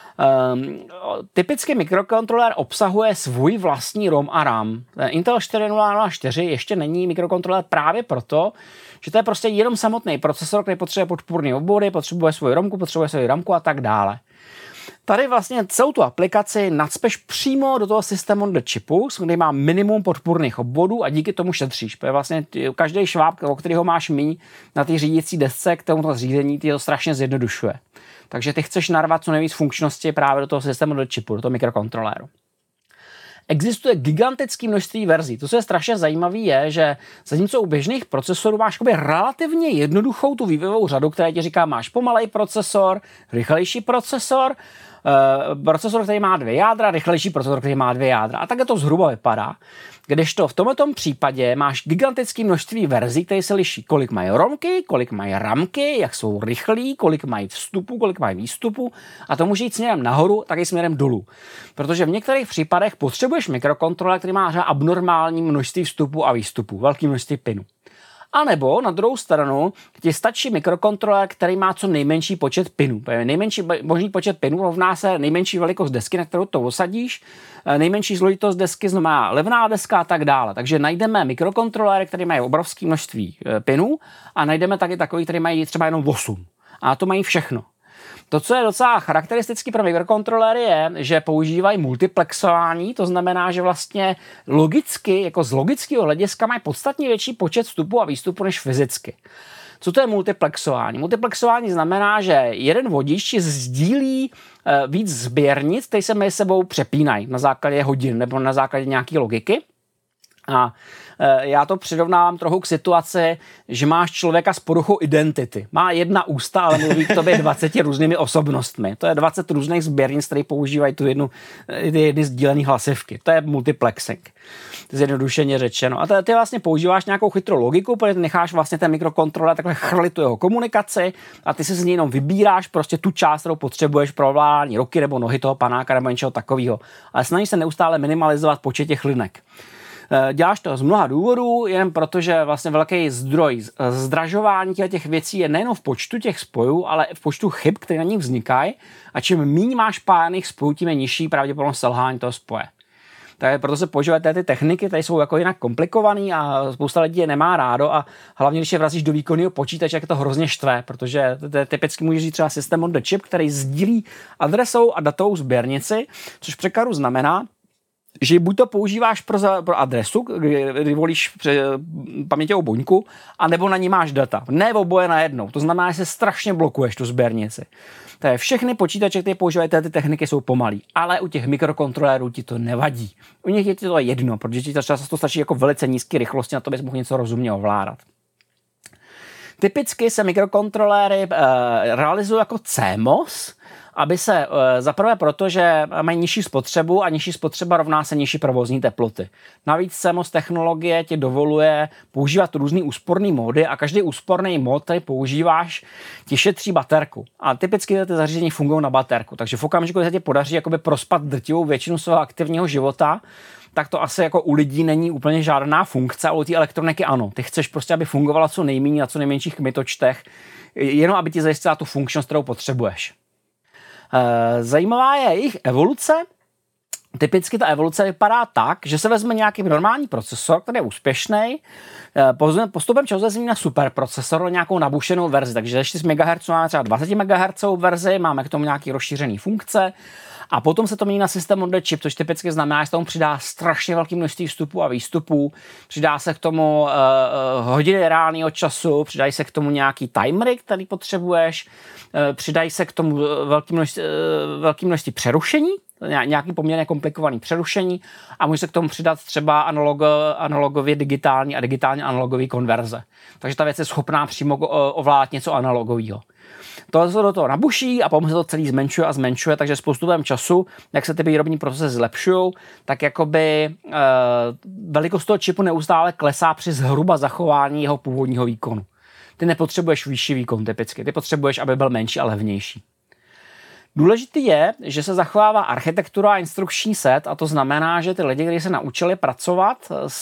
Typicky mikrokontroler obsahuje svůj vlastní ROM a RAM. Intel 4004 ještě není mikrokontroler právě proto, že to je prostě jenom samotný procesor, který potřebuje podpůrné obvody, potřebuje svoji ROMku, potřebuje svoji RAMku a tak dále. Tady vlastně celou tu aplikaci nacpeš přímo do toho systému do čipu, kde má minimum podpůrných obvodů a díky tomu šetříš. Protože vlastně každý šváb, o kterého máš míň na té řídící desce, k tomuto řízení, ty to strašně zjednodušuje. Takže ty chceš narvat co nejvíc funkčnosti právě do toho systému do čipu, do toho mikrokontroléru. existuje gigantické množství verzí. To, co je strašně zajímavé, je, že zatímco u běžných procesorů máš relativně jednoduchou tu vývojovou řadu, která ti říká, máš pomalej procesor, rychlejší procesor, procesor, který má 2 jádra, rychlejší procesor, který má 2 jádra. A takhle to zhruba vypadá. Kdežto v tomto případě máš gigantické množství verzí, které se liší, kolik mají romky, kolik mají ramky, jak jsou rychlí, kolik mají vstupu, kolik mají výstupu, a to může jít směrem nahoru, tak i směrem dolů. Protože v některých případech potřebuješ mikrokontroler, který má abnormální množství vstupu a výstupu, velké množství pinů. A nebo na druhou stranu ti stačí mikrokontroler, který má co nejmenší počet pinů. Nejmenší možný počet pinů rovná se nejmenší velikost desky, na kterou to osadíš, nejmenší složitost desky znamená levná deska a tak dále. Takže najdeme mikrokontrolery, které mají obrovské množství pinů, a najdeme taky takový, které mají třeba jenom 8. A to mají všechno. To, co je docela charakteristický pro mikrokontrolery, je, že používají multiplexování, to znamená, že vlastně logicky, jako z logického hlediska mají podstatně větší počet vstupů a výstupů než fyzicky. Co to je multiplexování? Multiplexování znamená, že jeden vodič sdílí víc sběrnic, které se mezi sebou přepínají na základě hodin nebo na základě nějaké logiky. A já to přirovnávám trochu k situaci, že máš člověka s poruchou identity. Má jedna ústa, ale mluví k tobě 20 různými osobnostmi. To je 20 různých sběrnic, které používají tu jedny sdílené hlasivky. To je multiplexing. Zjednodušeně řečeno. A ty vlastně používáš nějakou chytrou logiku, protože necháš vlastně ten mikrokontroler takhle chrlit tu jeho komunikaci a ty si z něj jenom vybíráš prostě tu část, kterou potřebuješ pro ovládání ruky nebo nohy toho panáka nebo něčeho takového. Ale snažíš se neustále minimalizovat počet těch linek. Děláš to z mnoha důvodů, jen protože vlastně velký zdroj zdražování těch věcí je nejen v počtu těch spojů, ale v počtu chyb, které na nich vznikají, a čím méně máš pájených spojů, tím je nižší pravděpodobnost selhání toho spoje. Takže proto se používají ty techniky, které jsou jako jinak komplikované a spousta lidí je nemá rádo, a hlavně, když je vrazíš do výkonného počítače, jak je to hrozně štve, protože typicky můžeš říct třeba systém on the chip, který sdílí adresou a datovou sběrnici, což v překladu znamená, že buď to používáš pro adresu, kdy volíš paměťovou buňku, anebo na ní máš data. Ne oboje najednou. To znamená, že se strašně blokuješ tu sběrnici. To je všechny počítače, které používají ty techniky, jsou pomalý. Ale u těch mikrokontrolérů ti to nevadí. U nich je ti to jedno, protože ti to často stačí jako velice nízké rychlosti, na to bys mohl něco rozumně ovládat. Typicky se mikrokontroléry realizují jako CMOS, aby se zaprvé proto, že mají nižší spotřebu a nižší spotřeba rovná se nižší provozní teploty. Navíc CMOS technologie ti dovoluje používat různý úsporný módy a každý úsporný mód, který používáš, ti šetří baterku. A typicky ty zařízení fungují na baterku, takže v okamžiku, kdy se ti podaří jakoby prospat drtivou většinu svého aktivního života, tak to asi jako u lidí není úplně žádná funkce, ale u té elektroniky ano. Ty chceš prostě, aby fungovala co nejméně na co nejmenších kmitočtech, jenom aby ti zajistila tu funkčnost, kterou potřebuješ. Zajímavá je jejich evoluce. Typicky ta evoluce vypadá tak, že se vezme nějaký normální procesor, který je úspěšný, postupem času se změní na superprocesor, nějakou nabušenou verzi, takže ze 4 MHz máme třeba 20 MHz verzi, máme k tomu nějaký rozšířený funkce, a potom se to mění na systém on the chip, což typicky znamená, že se tomu přidá strašně velké množství vstupů a výstupů, přidá se k tomu hodiny reálného času, přidají se k tomu nějaký timery, který potřebuješ, přidají se k tomu velké množství přerušení, nějaký poměrně komplikovaný přerušení, a může se k tomu přidat třeba analogově digitální a digitálně analogový konverze. Takže ta věc je schopná přímo ovládat něco analogového. To se do toho nabuší a potom se to celý zmenšuje a zmenšuje, takže s postupem času, jak se ty výrobní procesy zlepšují, tak jakoby velikost toho čipu neustále klesá při zhruba zachování jeho původního výkonu. Ty nepotřebuješ vyšší výkon typicky, ty potřebuješ, aby byl menší a levnější. Důležitý je, že se zachovává architektura a instrukční set, a to znamená, že ty lidi, kteří se naučili pracovat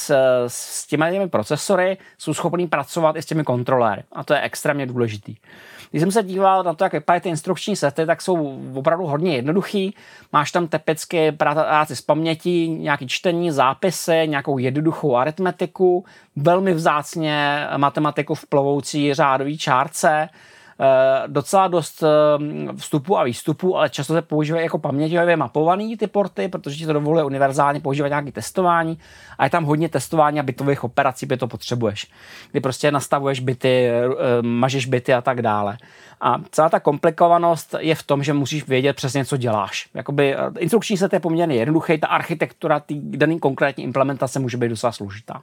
s těmi procesory, jsou schopní pracovat i s těmi kontroléry. A to je extrémně důležitý. Když jsem se díval na to, jak vypadají ty instrukční sety, tak jsou opravdu hodně jednoduchý. Máš tam typicky práci s pamětí, nějaké čtení, zápisy, nějakou jednoduchou aritmetiku, velmi vzácně matematiku v plovoucí řádové čárce, docela dost vstupu a výstupu, ale často se používají jako paměťově mapovaný ty porty, protože ti to dovoluje univerzálně používat nějaké testování a je tam hodně testování a bitových operací, by to potřebuješ. Kdy prostě nastavuješ bity, mažeš bity a tak dále. A celá ta komplikovanost je v tom, že musíš vědět přesně, co děláš. Jakoby instrukční set je poměrně jednoduchý, ta architektura té dané konkrétní implementace může být docela složitá.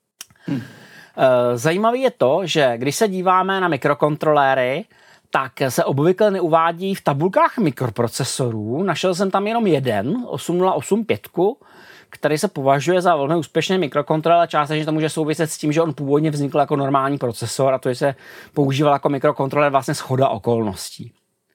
Zajímavý je to, že když se díváme na mikrokontroléry, tak se obvykle neuvádí v tabulkách mikroprocesorů. Našel jsem tam jenom jeden, 8085, který se považuje za velmi úspěšný mikrokontroler. Částečně to může souviset s tím, že on původně vznikl jako normální procesor a to, že se používal jako mikrokontroler, vlastně shoda okolností.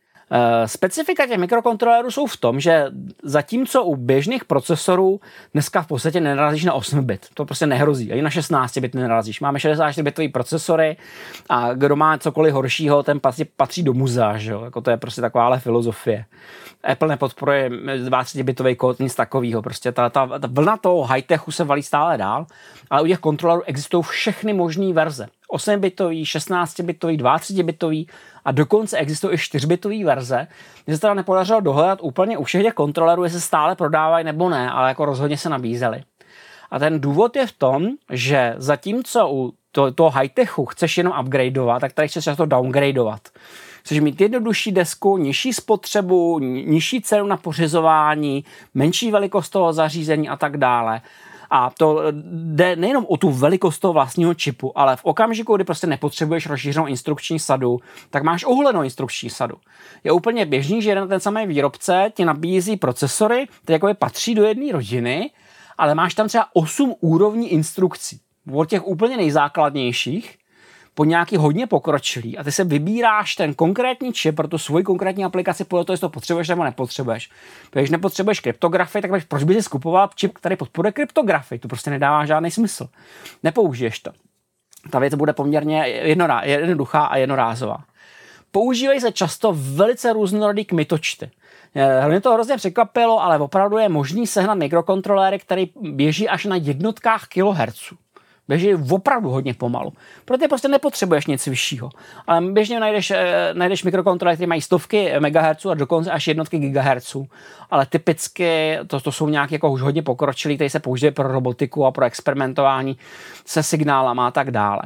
Specifika těch mikrokontrolerů jsou v tom, že zatímco u běžných procesorů dneska v podstatě nenarazíš na 8 bit, to prostě nehrozí, ani na 16 bit nenarazíš. Máme 64-bitové procesory a kdo má cokoliv horšího, ten patří do muzea, že jo? Jako to je prostě takováhle filozofie. Apple nepodporuje 32-bitový kód, nic takového. Prostě ta vlna toho high-techu se valí stále dál, ale u těch kontrolerů existují všechny možné verze. 8-bitový, 16-bitový, 32-bitový a dokonce existují i 4-bitové verze. Mně se teda nepodařilo dohledat úplně u všech těch kontrolerů, jestli stále prodávají nebo ne, ale jako rozhodně se nabízely. A ten důvod je v tom, že zatímco u toho high-techu chceš jenom upgradeovat, tak tady chceš často downgradeovat. Chceš mít jednodušší desku, nižší spotřebu, nižší cenu na pořizování, menší velikost toho zařízení a tak dále. A to jde nejenom o tu velikost toho vlastního čipu, ale v okamžiku, kdy prostě nepotřebuješ rozšířenou instrukční sadu, tak máš ohulenou instrukční sadu. Je úplně běžný, že jeden ten samý výrobce ti nabízí procesory, které jakoby patří do jedné rodiny, ale máš tam třeba 8 úrovní instrukcí. Od těch úplně nejzákladnějších po nějaký hodně pokročilý a ty se vybíráš ten konkrétní čip pro tu svoji konkrétní aplikaci podle toho, jestli to potřebuješ nebo nepotřebuješ. Když nepotřebuješ kryptografii, tak proč by si skupoval čip, který podporuje kryptografii? To prostě nedává žádný smysl. Nepoužiješ to. Ta věc bude poměrně jednoduchá a jednorázová. Používají se často velice různorodý kmitočty. Mě to hrozně překvapilo, ale opravdu je možný sehnat mikrokontroléry, který běží až na jednotkách kilohertzů. Běží opravdu hodně pomalu. Proto prostě nepotřebuješ nic vyššího. Ale běžně najdeš mikrokontrolery, které mají stovky megahertzů a dokonce až jednotky gigahertzů. Ale typicky to jsou nějaké jako už hodně pokročilé, které se používají pro robotiku a pro experimentování se signálama a tak dále.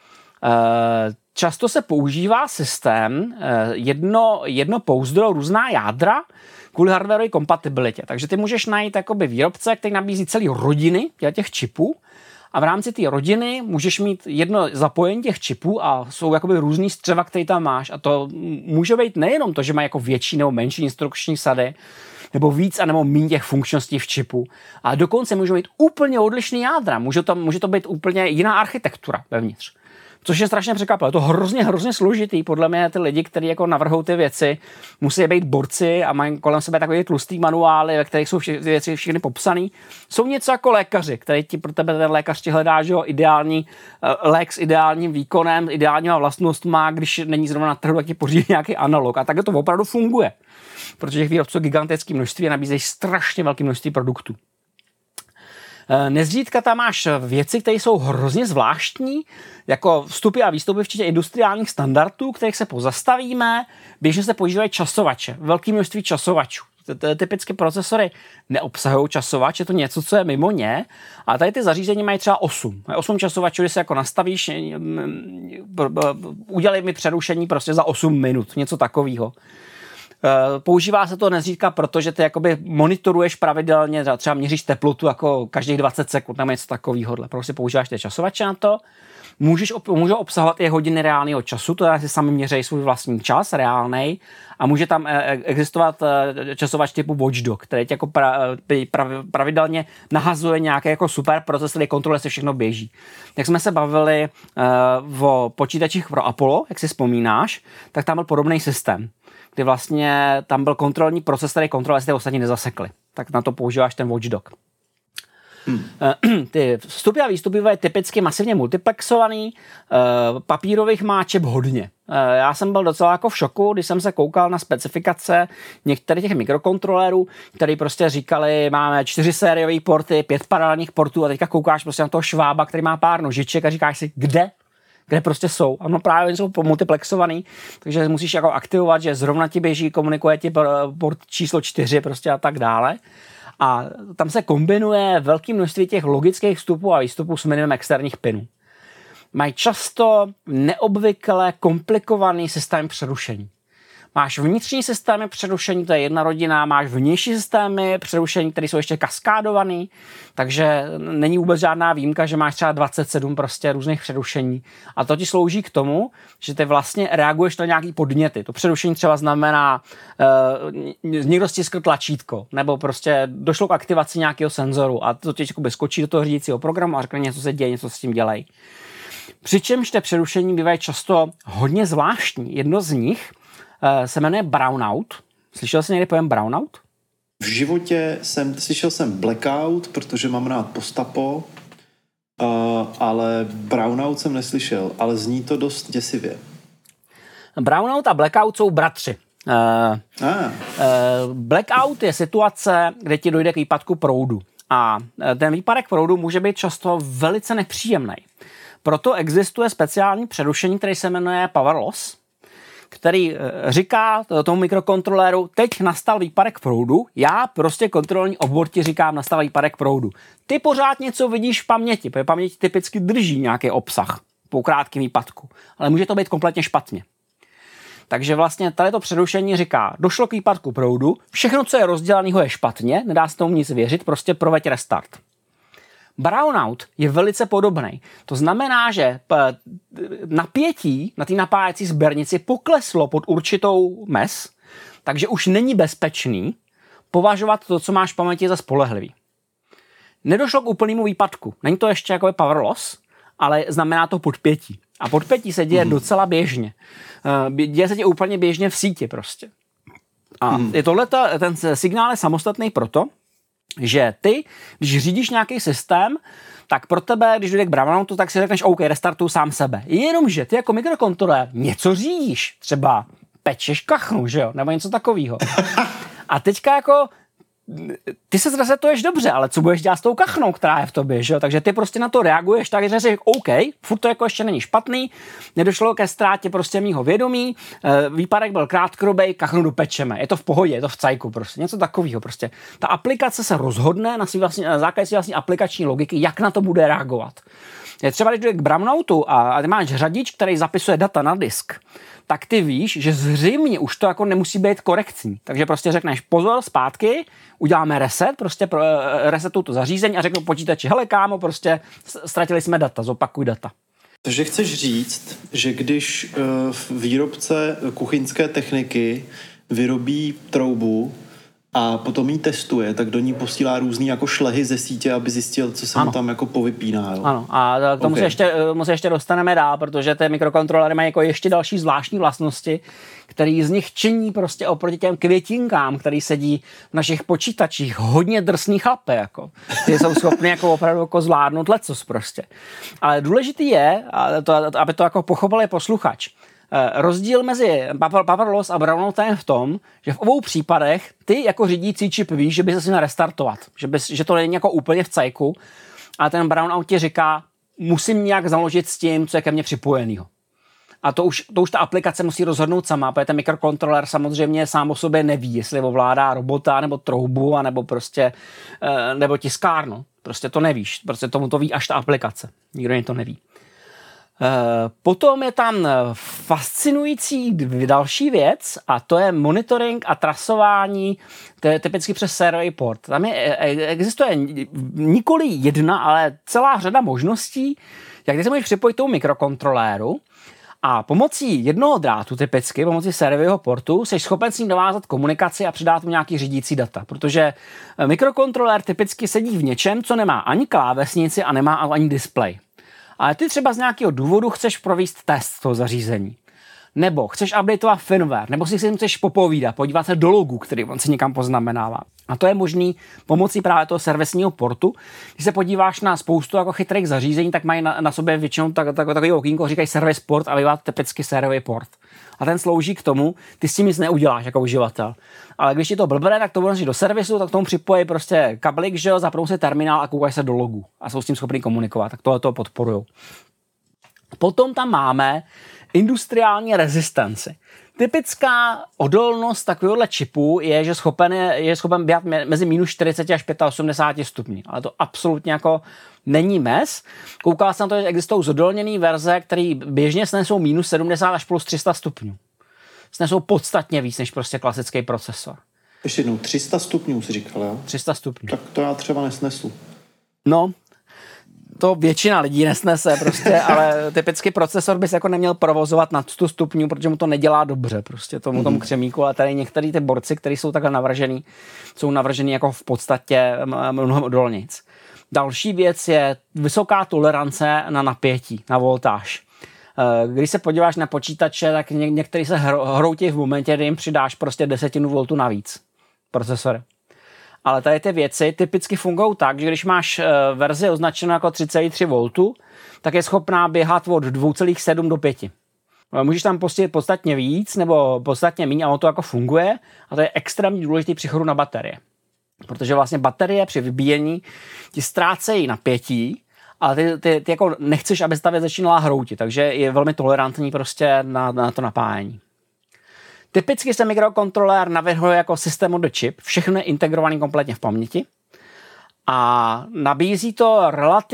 Často se používá systém jedno pouzdro, různá jádra kvůli hardwareové kompatibilitě. Takže ty můžeš najít jakoby výrobce, který nabízí celý rodiny těch čipů, a v rámci té rodiny můžeš mít jedno zapojení těch čipů a jsou jakoby různý střeva, který tam máš. A to může být nejenom to, že má jako větší nebo menší instrukční sady, nebo víc a nebo méně těch funkčností v čipu, ale dokonce můžou být úplně odlišný jádra. Může to být úplně jiná architektura vevnitř. Což je strašně překvapivé. Je to hrozně složitý. Podle mě ty lidi, kteří jako navrhují ty věci, musí být borci a mají kolem sebe takové tlustý manuály, ve kterých jsou věci všechny popsané. Jsou něco jako lékaři, který ti pro tebe ten lékař ti hledá, že jo, ideální lék s ideálním výkonem, ideálníma vlastnostma, když není zrovna na trhu, tak ti pořídí nějaký analog. A takhle to opravdu funguje. Protože těch výrobců gigantické množství a nabízejí strašně velké množství produktů. Nezřídka tam máš věci, které jsou hrozně zvláštní, jako vstupy a výstupy včetně industriálních standardů, kterých se pozastavíme. Běžně se používají časovače, velké množství časovačů. Typicky procesory neobsahují časovač, je to něco, co je mimo ně, a tady ty zařízení mají třeba 8. 8 časovačů, když se jako nastavíš, udělej mi přerušení prostě za 8 minut, něco takového. Používá se to nezřídka, protože ty jakoby monitoruješ pravidelně, třeba měříš teplotu jako každých 20 sekund nebo něco takového. Prostě používáš ty časovače na to. Můžou obsahovat i hodiny reálného času, to si sami měří svůj vlastní čas, reálnej, a může tam existovat časovač typu Watchdog, který jako pravidelně nahazuje nějaké jako super proces, který kontroluje, se všechno běží. Jak jsme se bavili o počítačích pro Apollo, jak si vzpomínáš, tak tam byl podobný systém, kdy vlastně tam byl kontrolní proces, který kontroluje, jestli ty ostatní nezasekli. Tak na to používáš ten Watchdog. Ty vstupy a výstupy je typicky masivně multiplexovaný, papírových má čip hodně. Já jsem byl docela jako v šoku, když jsem se koukal na specifikace některých těch mikrokontrolérů, který prostě říkali, máme 4 sériové porty, 5 paralelních portů a teďka koukáš prostě na toho švába, který má pár nožiček a říkáš si, kde? kde prostě jsou. Ano, právě jsou multiplexovaný, takže musíš jako aktivovat, že zrovna ti běží, komunikuje ti port číslo 4 prostě a tak dále. A tam se kombinuje velké množství těch logických vstupů a výstupů s minimem externích pinů. Mají často neobvykle komplikovaný systém přerušení. Máš vnitřní systémy přerušení, to je jedna rodina, máš vnější systémy přerušení, které jsou ještě kaskádované, takže není vůbec žádná výjimka, že máš třeba 27 prostě různých přerušení. A to ti slouží k tomu, že ty vlastně reaguješ na nějaký podněty. To přerušení třeba znamená, někdo stiskl tlačítko, nebo prostě došlo k aktivaci nějakého senzoru a to ti skočí do toho řídícího programu a řekne, něco se děje, něco s tím dělej. Přičemž ty přerušení bývají často hodně zvláštní. Jedno z nich se jmenuje brownout. Slyšel jsi někdy pojem brownout? V životě slyšel jsem blackout, protože mám rád postapo, ale brownout jsem neslyšel, ale zní to dost děsivě. Brownout a blackout jsou bratři. Blackout je situace, kde ti dojde k výpadku proudu. A ten výpadek proudu může být často velice nepříjemný. Proto existuje speciální přerušení, který se jmenuje power loss, který říká tomu mikrokontroléru, teď nastal výpadek proudu, já prostě kontrolní obvod ti říkám, nastal výpadek proudu. Ty pořád něco vidíš v paměti, protože paměť typicky drží nějaký obsah po krátkém výpadku, ale může to být kompletně špatně. Takže vlastně tady to přerušení říká, došlo k výpadku proudu, všechno, co je rozdělaného, je špatně, nedá se tomu nic věřit, prostě proveď restart. Brownout je velice podobný. To znamená, že napětí na té napájecí sběrnici pokleslo pod určitou mez, takže už není bezpečný považovat to, co máš v paměti, za spolehlivý. Nedošlo k úplnému výpadku. Není to ještě jako power loss, ale znamená to podpětí. A podpětí se děje docela běžně. Děje se děje úplně běžně v síti prostě. A je ten signál je samostatný proto, že ty, když řídíš nějaký systém, tak pro tebe, když dojde k brownoutu, tak si řekneš, OK, restartuju sám sebe. Jenomže ty jako mikrokontrolér něco řídíš, třeba pečeš kachnu, že jo, nebo něco takového. A teďka jako ty se zresetuješ dobře, ale co budeš dělat s tou kachnou, která je v tobě, že jo? Takže ty prostě na to reaguješ tak, že řekneš, OK, furt to jako ještě není špatný, nedošlo ke ztrátě prostě mýho vědomí, výpadek byl krátkodobý, kachnu dopečeme, je to v pohodě, je to v cajku, prostě něco takového prostě. Ta aplikace se rozhodne na základě své vlastní aplikační logiky, jak na to bude reagovat. Je třeba, když dojde k brownoutu a ty máš řadič, který zapisuje data na disk, tak ty víš, že zřejmě už to jako nemusí být korektní. Takže prostě řekneš pozor, zpátky, uděláme reset, prostě resetuju to zařízení a řeknu počítači, hele kámo, prostě ztratili jsme data, zopakuj data. Takže chceš říct, že když výrobce kuchyňské techniky vyrobí troubu a potom ji testuje, tak do ní posílá různý jako šlehy ze sítě, aby zjistil, co se mu tam jako povypíná. Jo? Ano, a k tomu se ještě dostaneme dál, protože ty mikrokontrolery mají jako ještě další zvláštní vlastnosti, který z nich činí prostě oproti těm květinkám, který sedí v našich počítačích, hodně drsný chlapy, jako. Ty jsou schopni jako opravdu jako zvládnout lecos prostě. Ale důležitý je, aby to jako pochopil posluchač, rozdíl mezi power loss a brownoutem je v tom, že v obou případech ty jako řídící čip víš, že by se si měl restartovat, že to není jako úplně v cajku, a ten brownout ti říká, musím nějak založit s tím, co je ke mně připojenýho. A to už ta aplikace musí rozhodnout sama, protože ten mikrokontroler samozřejmě sám o sobě neví, jestli ovládá robota, nebo troubu, nebo prostě, nebo tiskárnu. Prostě to nevíš, prostě tomu to ví až ta aplikace. Nikdo to neví. Potom je tam fascinující další věc a to je monitoring a trasování, to je typicky přes sériový port. Tam existuje nikoli jedna, ale celá řada možností, jak ty se můžeš připojit tomu mikrokontroléru a pomocí jednoho drátu typicky, pomocí sériového portu, jsi schopen s ním navázat komunikaci a předat mu nějaký řídící data, protože mikrokontrolér typicky sedí v něčem, co nemá ani klávesnici a nemá ani displej. Ale ty třeba z nějakého důvodu chceš provést test toho zařízení. Nebo chceš updateovat firmware, nebo si chceš popovídat, podívat se do logu, který on si někam poznamenává. A to je možný pomocí právě toho servisního portu. Když se podíváš na spoustu jako chytrých zařízení, tak mají na sobě většinou takový okýnko, říkají service port a bývá typicky sériový port. A ten slouží k tomu, ty s tím nic neuděláš jako uživatel. Ale když ti to blbne, tak to vložíš do servisu, tak tomu připojí prostě kablik, že jo, zapnou si terminál a koukají se do logu. A jsou s tím schopni komunikovat, tak tohle to podporujou. Potom tam máme industriální rezistenci. Typická odolnost takovéhohle čipu je, že je schopen běhat mezi minus 40 až 85 stupňů. Ale to absolutně jako není mez. Koukal jsem na to, že existují zodolněné verze, které běžně snesou minus 70 až plus 300 stupňů. Snesou podstatně víc než prostě klasický procesor. Ještě jednou, 300 stupňů si říkal, jo? 300 stupňů. Tak to já třeba nesnesu. No, to většina lidí nesnese prostě, ale typicky procesor bys jako neměl provozovat nad 100 stupňů, protože mu to nedělá dobře prostě tomu křemíku, ale tady některé ty borci, které jsou takhle navržený, jsou navržený jako v podstatě mnohem odolnějc. Další věc je vysoká tolerance na napětí, na voltáž. Když se podíváš na počítače, tak některý se hroutí v momentě, kdy jim přidáš prostě 10 V navíc procesor. Ale tady ty věci typicky fungují tak, že když máš verzi označenou jako 3,3 V, tak je schopná běhat od 2,7 do 5. Můžeš tam pustit podstatně víc nebo podstatně méně a ono to jako funguje a to je extrémně důležitý při chodu na baterie. Protože vlastně baterie při vybíjení ti ztrácejí napětí, ale ty jako nechceš, aby se ta věc začínala hroutit, takže je velmi tolerantní prostě na to napájení. Typicky se mikrokontrolér navrhuje jako systém on the chip, všechno je integrovaný kompletně v paměti a nabízí to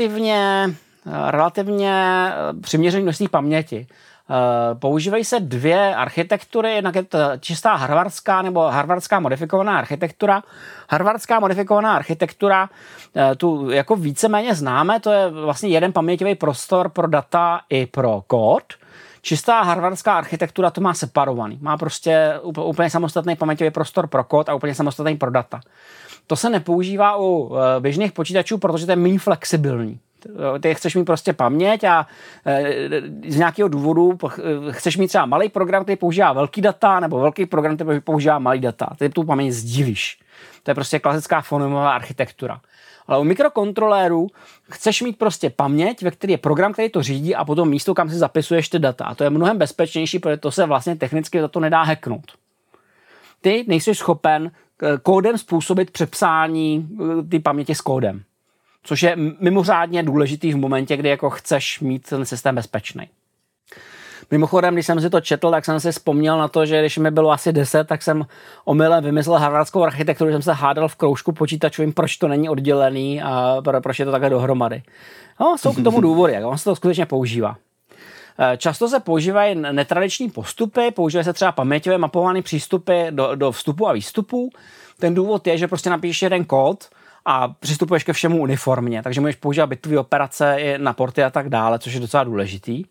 relativně přiměřené množství paměti. Používají se dvě architektury, jednak je to čistá harvardská nebo harvardská modifikovaná architektura. Harvardská modifikovaná architektura, tu jako víceméně známe, to je vlastně jeden paměťový prostor pro data i pro kód. Čistá harvardská architektura to má separovaný. Má prostě úplně samostatný paměťový prostor pro kód a úplně samostatný pro data. To se nepoužívá u běžných počítačů, protože to je méně flexibilní. Ty chceš mít prostě paměť a z nějakého důvodu chceš mít třeba malý program, který používá velký data, nebo velký program, který používá malý data. Ty tu paměť sdílíš. To je prostě klasická fonomová architektura. Ale u mikrokontrolérů chceš mít prostě paměť, ve které je program, který to řídí a potom místo, kam si zapisuješ ty data. A to je mnohem bezpečnější, protože to se vlastně technicky za to nedá hacknout. Ty nejsi schopen kódem způsobit přepsání ty paměti s kódem. Což je mimořádně důležitý v momentě, kdy jako chceš mít ten systém bezpečný. Mimochodem, když jsem si to četl, tak jsem si vzpomněl na to, že když mi bylo asi 10, tak jsem omylem vymyslel harvardskou architekturu, že jsem se hádal v kroužku počítačovým, proč to není oddělený a proč je to takhle dohromady. No, jsou k tomu důvody, jak on se to skutečně používá. Často se používají netradiční postupy, používají se třeba paměťově mapované přístupy do vstupu a výstupu. Ten důvod je, že prostě napíšeš jeden kód a přistupuješ ke všemu uniformně, takže můžeš používat bitové operace i na porty a tak dále, což je docela důležitý.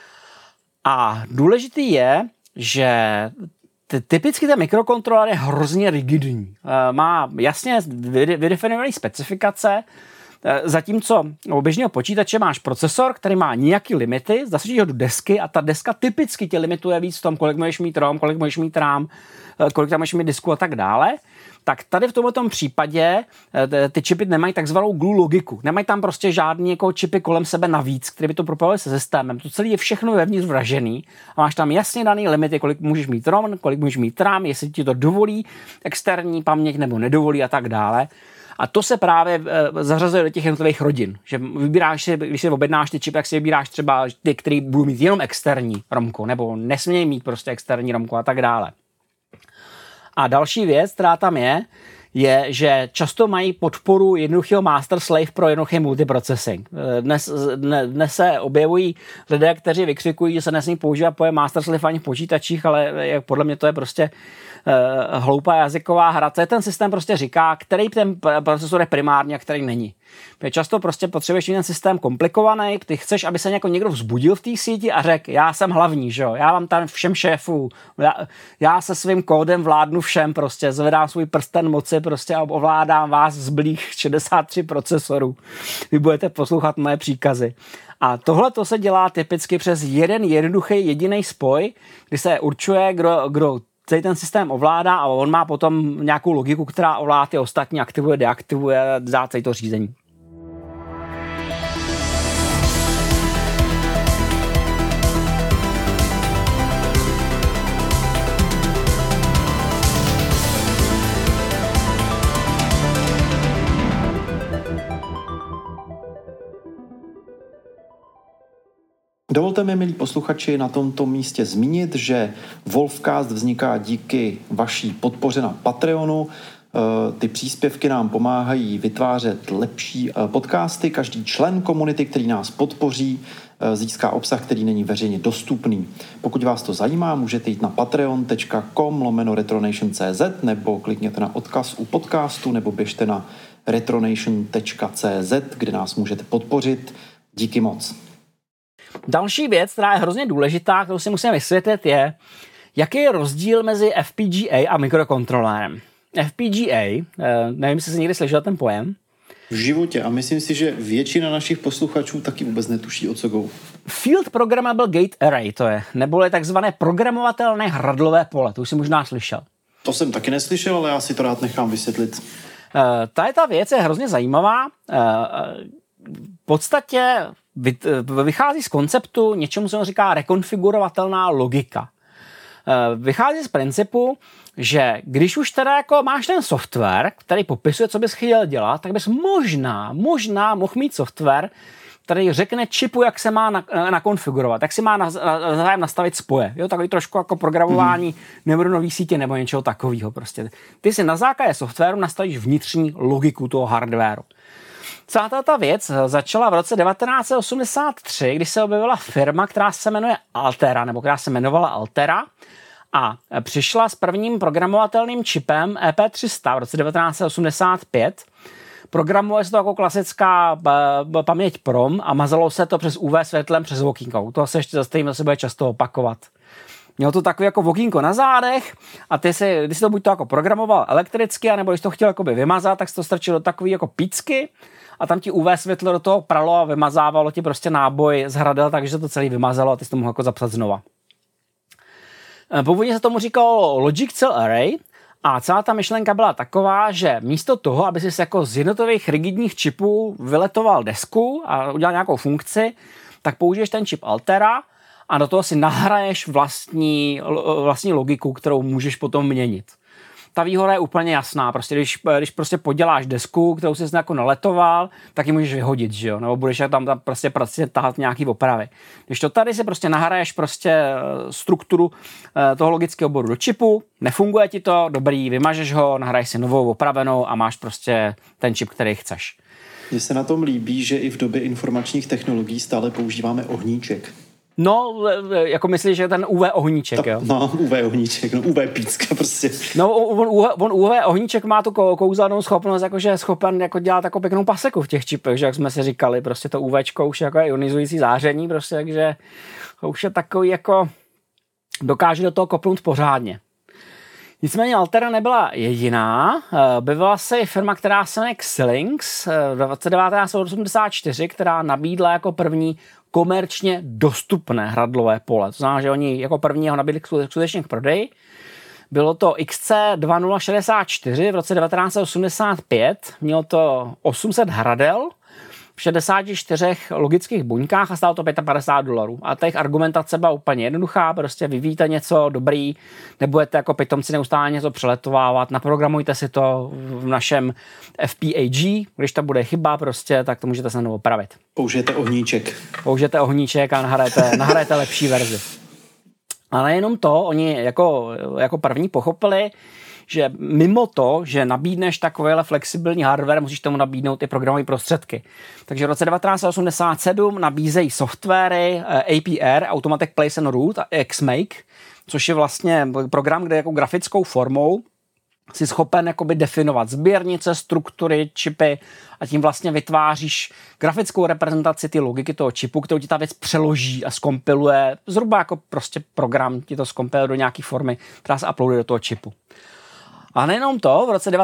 A důležitý je, že typicky ten mikrokontroler je hrozně rigidní. Má jasně vydefinované specifikace, zatímco u běžného počítače máš procesor, který má nějaký limity, zasadíš ho do desky a ta deska typicky tě limituje víc v tom, kolik můžeš mít ROM, kolik můžeš mít RAM, kolik tam můžeš mít disku a tak dále. Tak tady v tomto případě ty čipy nemají takzvanou glue logiku. Nemají tam prostě žádný jako čipy kolem sebe navíc, které by to propojily se systémem. To celé je všechno vevnitř vražený a máš tam jasně daný limity, kolik můžeš mít ROM, kolik můžeš mít RAM, jestli ti to dovolí externí paměť nebo nedovolí a tak dále. A to se právě zařazuje do těch jednotlivých rodin. Že vybíráš si, když si objednáš ty čipy, tak si vybíráš třeba ty, který budou mít jenom externí ROMku, nebo nesmějí mít prostě externí ROMku a tak dále. A další věc, která tam je, že často mají podporu jednoduchého master slave pro jednoduchý multiprocessing. Dnes se objevují lidé, kteří vykřikují, že se nesmí používat pojem master slave ani v počítačích, ale podle mě to je prostě hloupá jazyková hra. Co je ten systém prostě říká, který ten procesor je primární a který není. Často prostě potřebuješ mít ten systém komplikovaný, ty chceš, aby se někdo vzbudil v té síti a řekl, já jsem hlavní, že jo? Já vám tam všem šéfů, já se svým kódem vládnu všem, prostě zvedám svůj prsten moci prostě a ovládám vás zbylých 63 procesorů. Vy budete poslouchat moje příkazy. A tohle to se dělá typicky přes jeden jednoduchý jediný spoj, kdy se určuje, kdo celý ten systém ovládá a on má potom nějakou logiku, která ovládá ty ostatní, aktivuje, deaktivuje, dá celý to řízení. Dovolte mi, milí posluchači, na tomto místě zmínit, že Wolfcast vzniká díky vaší podpoře na Patreonu. Ty příspěvky nám pomáhají vytvářet lepší podcasty. Každý člen komunity, který nás podpoří, získá obsah, který není veřejně dostupný. Pokud vás to zajímá, můžete jít na patreon.com/retronation.cz nebo klikněte na odkaz u podcastu nebo běžte na retronation.cz, kde nás můžete podpořit. Díky moc. Další věc, která je hrozně důležitá, kterou si musíme vysvětlit, je, jaký je rozdíl mezi FPGA a mikrokontrolérem. FPGA, nevím, jestli jsi někdy slyšel ten pojem. V životě, a myslím si, že většina našich posluchačů taky vůbec netuší, o co go. Field Programmable Gate Array to je, neboli takzvané programovatelné hradlové pole, to už jsi možná slyšel. To jsem taky neslyšel, ale já si to rád nechám vysvětlit. Ta věc je hrozně zajímavá. V podstatě vychází z konceptu něčemu, co se říká rekonfigurovatelná logika. Vychází z principu, že když už teda jako máš ten software, který popisuje, co bys chtěl dělat, tak bys možná mohl mít software, který řekne čipu, jak se má nakonfigurovat, jak si má nastavit spoje. Jo, takový trošku jako programování neuronové sítě nebo něčeho takového prostě. Ty si na základě softwaru nastavíš vnitřní logiku toho hardwaru. Celá ta věc začala v roce 1983, kdy se objevila firma, která se jmenuje Altera, nebo která se jmenovala Altera, a přišla s prvním programovatelným čipem EP300 v roce 1985. Programuje se to jako klasická paměť PROM a mazalo se to přes UV světlem přes okýnko. To se ještě se bude často opakovat. Mělo to takový jako okýnko na zádech a když si to buď to jako programoval elektricky, anebo když to chtěl jakoby vymazat, tak se to strčilo do takový jako pícky a tam ti UV světlo do toho pralo a vymazávalo ti prostě náboj z hradel, takže se to celý vymazalo a ty jsi to mohl jako zapsat znova. Původně se tomu říkalo Logic Cell Array a celá ta myšlenka byla taková, že místo toho, aby si jako z jednotových rigidních čipů vyletoval desku a udělal nějakou funkci, tak použiješ ten čip Altera a do toho si nahraješ vlastní logiku, kterou můžeš potom měnit. Ta výhoda je úplně jasná. Prostě když prostě poděláš desku, kterou jsi jako naletoval, tak ji můžeš vyhodit, že jo? Nebo budeš tam prostě tahat nějaký opravy. Když to tady si prostě nahraješ prostě strukturu toho logického oboru do čipu, nefunguje ti to, dobrý, vymažeš ho, nahraješ si novou opravenou a máš prostě ten čip, který chceš. Mně se na tom líbí, že i v době informačních technologií stále používáme ohníček. No, jako myslíš, že ten UV ohníček, jo? No, UV ohníček, no UV pícka prostě. No, on UV ohníček má tu kouzelnou schopnost, jakože je schopen jako dělat takovou pěknou paseku v těch čipech, že jak jsme si říkali, prostě to UVčko už je jako ionizující záření, prostě, takže už je takový jako dokáže do toho kopnout pořádně. Nicméně Altera nebyla jediná. Objevila se i firma, která se jmenuje Xilinx v roce 1984, která nabídla jako první komerčně dostupné hradlové pole. To znamená, že oni jako první ho nabídli skutečně k prodeji. Bylo to XC2064 v roce 1985. Mělo to 800 hradel v 64 logických buňkách a stálo to $55. A ta jejich argumentace byla úplně jednoduchá, prostě vyvíjíte něco dobrý, nebudete jako pitomci neustále něco přeletovávat, naprogramujte si to v našem FPAG, když to bude chyba prostě, tak to můžete snadno opravit. Použijete ohníček a nahrajete lepší verzi. Ale jenom to, oni jako první pochopili, že mimo to, že nabídneš takovýhle flexibilní hardware, musíš tomu nabídnout i programové prostředky. Takže v roce 1987 nabízejí softwary APR, Automatic Place and Route, a XMake, což je vlastně program, kde jako grafickou formou si schopen jakoby definovat sběrnice, struktury, čipy a tím vlastně vytváříš grafickou reprezentaci ty logiky toho čipu, kterou ti ta věc přeloží a zkompiluje. Zhruba jako prostě program ti to zkompiluje do nějaké formy, která se uploaduje do toho čipu. A nejenom to, v roce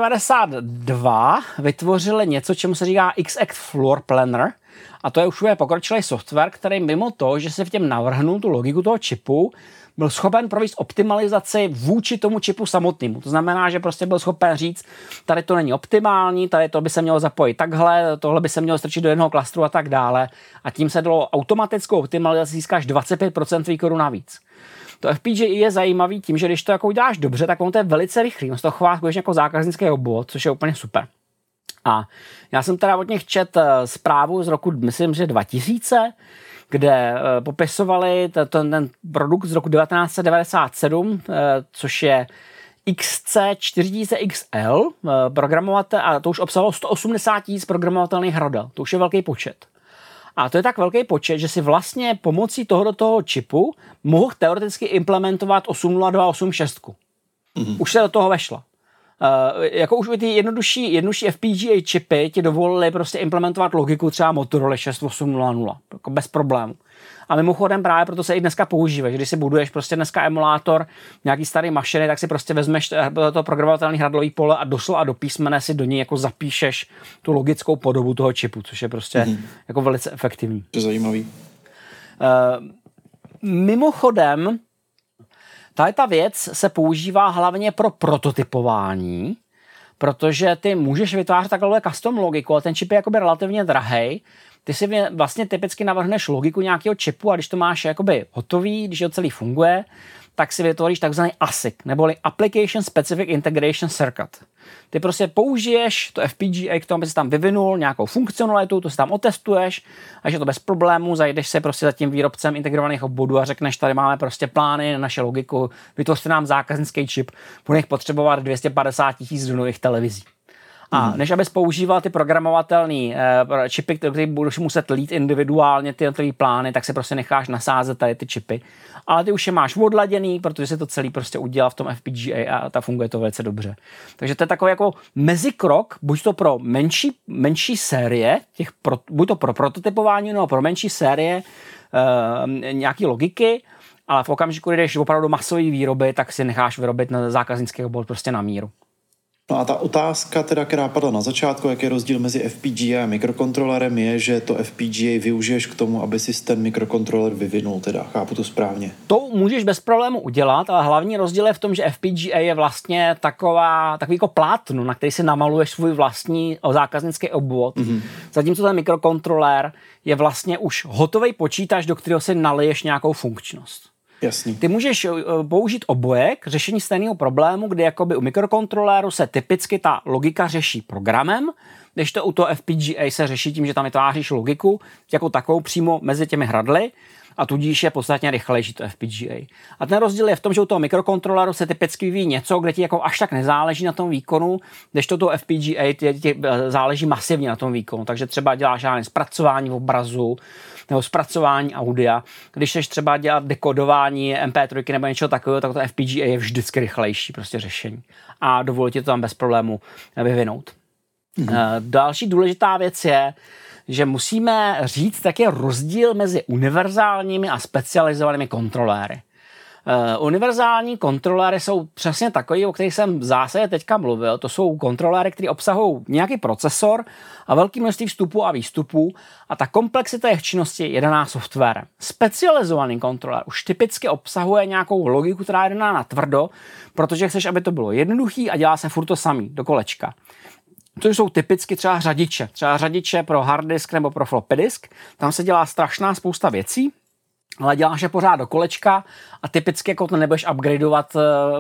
1992 vytvořili něco, čemu se říká X-Act Floor Planner, a to je už pokročilý software, který mimo to, že se v těm navrhnul tu logiku toho čipu, byl schopen provést optimalizaci vůči tomu čipu samotnému. To znamená, že prostě byl schopen říct, tady to není optimální, tady to by se mělo zapojit takhle, tohle by se mělo strčit do jednoho klastru a tak dále. A tím se dalo automatickou optimalizaci získáš 25% výkonu navíc. To FPGA je zajímavý tím, že když to jako uděláš dobře, tak on to je velice rychlý. On se to chová skutečně jako zákaznický obvod, což je úplně super. A já jsem teda od nich čet zprávu z roku, myslím, že 2000, kde popisovali ten produkt z roku 1997, což je XC4000XL programovatel, a to už obsahovalo 180 000 programovatelných hradel. To už je velký počet. A to je tak velký počet, že si vlastně pomocí toho čipu mohl teoreticky implementovat 802 a 86. Už se do toho vešla. Jako už ty jednodušší FPGA čipy ti dovolily prostě implementovat logiku třeba Motorola 6800 jako bez problému. A mimochodem právě proto se i dneska používá, že když si buduješ prostě dneska emulátor nějaký starý mašiny, tak si prostě vezmeš to programovatelný hradlový pole a doslova a do písmene si do něj jako zapíšeš tu logickou podobu toho čipu, což je prostě jako velice efektivní. To je zajímavý. Mimochodem, ta věc se používá hlavně pro prototypování, protože ty můžeš vytvářet takhle custom logiku, ale ten čip je jakoby relativně drahej. Ty si vlastně typicky navrhneš logiku nějakého čipu a když to máš jakoby hotový, když to celý funguje, tak si vytvoříš takzvaný ASIC, neboli Application Specific Integration Circuit. Ty prostě použiješ to FPGA k tomu, aby si tam vyvinul nějakou funkcionalitu, to si tam otestuješ, a že to bez problémů, zajdeš se prostě za tím výrobcem integrovaných obvodů a řekneš, tady máme prostě plány na naše logiku, vytvořte nám zákaznický čip, bude jich potřebovat 250 000 do nových televizí. A než abys používal ty programovatelné čipy, které budeš muset lít individuálně ty jednotlivé plány, tak si prostě necháš nasázet tady ty čipy. Ale ty už je máš odladěný, protože si to celý prostě udělal v tom FPGA a ta funguje to velice dobře. Takže to je takový jako mezikrok, buď to pro menší série, buď to pro prototypování, nebo pro menší série nějaký logiky, ale v okamžiku, kdy jdeš opravdu do masové výroby, tak si necháš vyrobit na zákaznický obvod prostě na míru. No a ta otázka, teda, která padla na začátku, jak je rozdíl mezi FPGA a mikrokontrolerem, je, že to FPGA využiješ k tomu, aby si ten mikrokontroler vyvinul, teda chápu to správně. To můžeš bez problému udělat, ale hlavní rozdíl je v tom, že FPGA je vlastně takový jako plátno, na který si namaluješ svůj vlastní zákaznický obvod. Zatímco ten mikrokontroler je vlastně už hotový počítač, do kterého si naliješ nějakou funkčnost. Jasný. Ty můžeš použít oboje k řešení stejného problému, kdy jakoby u mikrokontroléru se typicky ta logika řeší programem, když to u toho FPGA se řeší tím, že tam vytváříš logiku jako takovou přímo mezi těmi hradly a tudíž je podstatně rychlejší to FPGA. A ten rozdíl je v tom, že u toho mikrokontroléru se typicky vyvíjí něco, kde ti jako až tak nezáleží na tom výkonu, když to FPGA ti záleží masivně na tom výkonu. Takže třeba děláš žádné zpracování obrazu nebo zpracování audia. Když chceš třeba dělat dekodování MP3 nebo něco takového, tak to FPGA je vždycky rychlejší prostě řešení. A dovolí ti to tam bez problému vyvinout. Další důležitá věc je, že musíme říct, jak je rozdíl mezi univerzálními a specializovanými kontroléry. Univerzální kontroléry jsou přesně takový, o kterých jsem v zásadě teďka mluvil. To jsou kontroléry, které obsahují nějaký procesor a velké množství vstupů a výstupů a ta komplexita jejich činnosti je daná softwarem. Specializovaný kontrolér už typicky obsahuje nějakou logiku, která je daná na tvrdo, protože chceš, aby to bylo jednoduchý a dělá se furt to samý, do kolečka. To jsou typicky třeba řadiče pro hard disk nebo pro floppy disk. Tam se dělá strašná spousta věcí, ale děláš je pořád do kolečka a typicky jako to nebudeš upgradeovat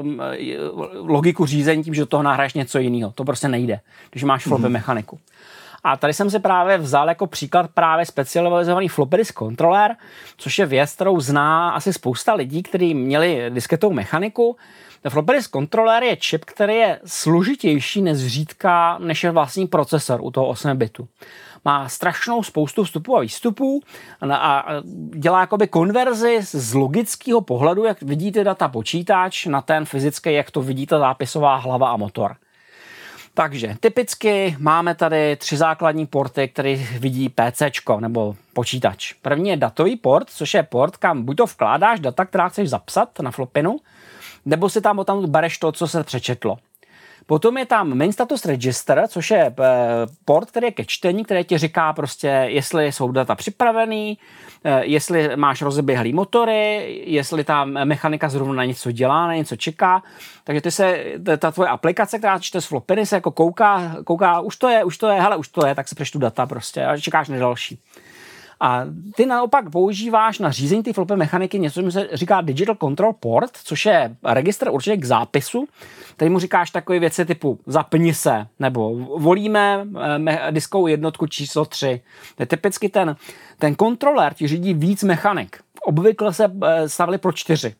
logiku řízení tím, že do toho nahraješ něco jiného. To prostě nejde, když máš floppy mechaniku. A tady jsem si právě vzal jako příklad právě specializovaný floppy disk kontroler, což je věc, kterou zná asi spousta lidí, kteří měli disketovou mechaniku. Ten floppy disk kontroler je čip, který je složitější než je vlastní procesor u toho 8 bitu. Má strašnou spoustu vstupů a výstupů a dělá jakoby konverzi z logického pohledu, jak vidí ty data počítač, na ten fyzický, jak to vidí ta zápisová hlava a motor. Takže typicky máme tady 3 základní porty, které vidí PCčko nebo počítač. První je datový port, což je port, kam buď to vkládáš data, která chceš zapsat na flopinu, nebo si tam bereš to, co se přečetlo. Potom je tam main status register, což je port, který je ke čtení, který ti říká prostě, jestli jsou data připravený, jestli máš rozeběhlý motory, jestli ta mechanika zrovna na něco dělá, na něco čeká. Takže ta tvoje aplikace, která čte z flopiny, se jako kouká, už to je, hele, už to je, tak si přečtu data prostě a čekáš na další. A ty naopak používáš na řízení ty flopové mechaniky něco, co se říká Digital Control Port, což je registr určitě k zápisu. Tady mu říkáš takové věci typu zapni se, nebo volíme diskovou jednotku číslo 3. To je typicky ten kontroler ti řídí víc mechanik. Obvykle se stavili pro 4.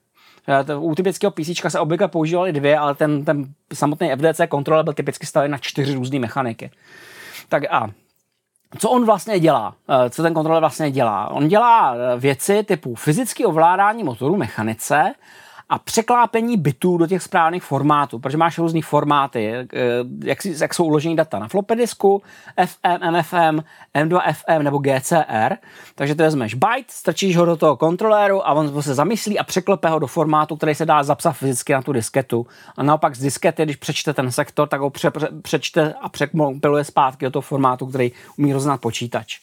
U typického PCčka se obvykle používali 2, ale ten samotný FDC kontroler byl typicky stavěn na 4 různé mechaniky. Tak a co on vlastně dělá? Co ten kontroler vlastně dělá? On dělá věci typu fyzické ovládání motoru, mechanice a překlápení bitů do těch správných formátů, protože máš různý formáty, jak jsou uložení data na floppy disku, FM, MFM, M2FM nebo GCR. Takže ty vezmeš byte, strčíš ho do toho kontroléru a on se zamyslí a překlepe ho do formátu, který se dá zapsat fyzicky na tu disketu. A naopak z diskety, když přečte ten sektor, tak ho přečte a překompiluje zpátky do toho formátu, který umí rozeznat počítač.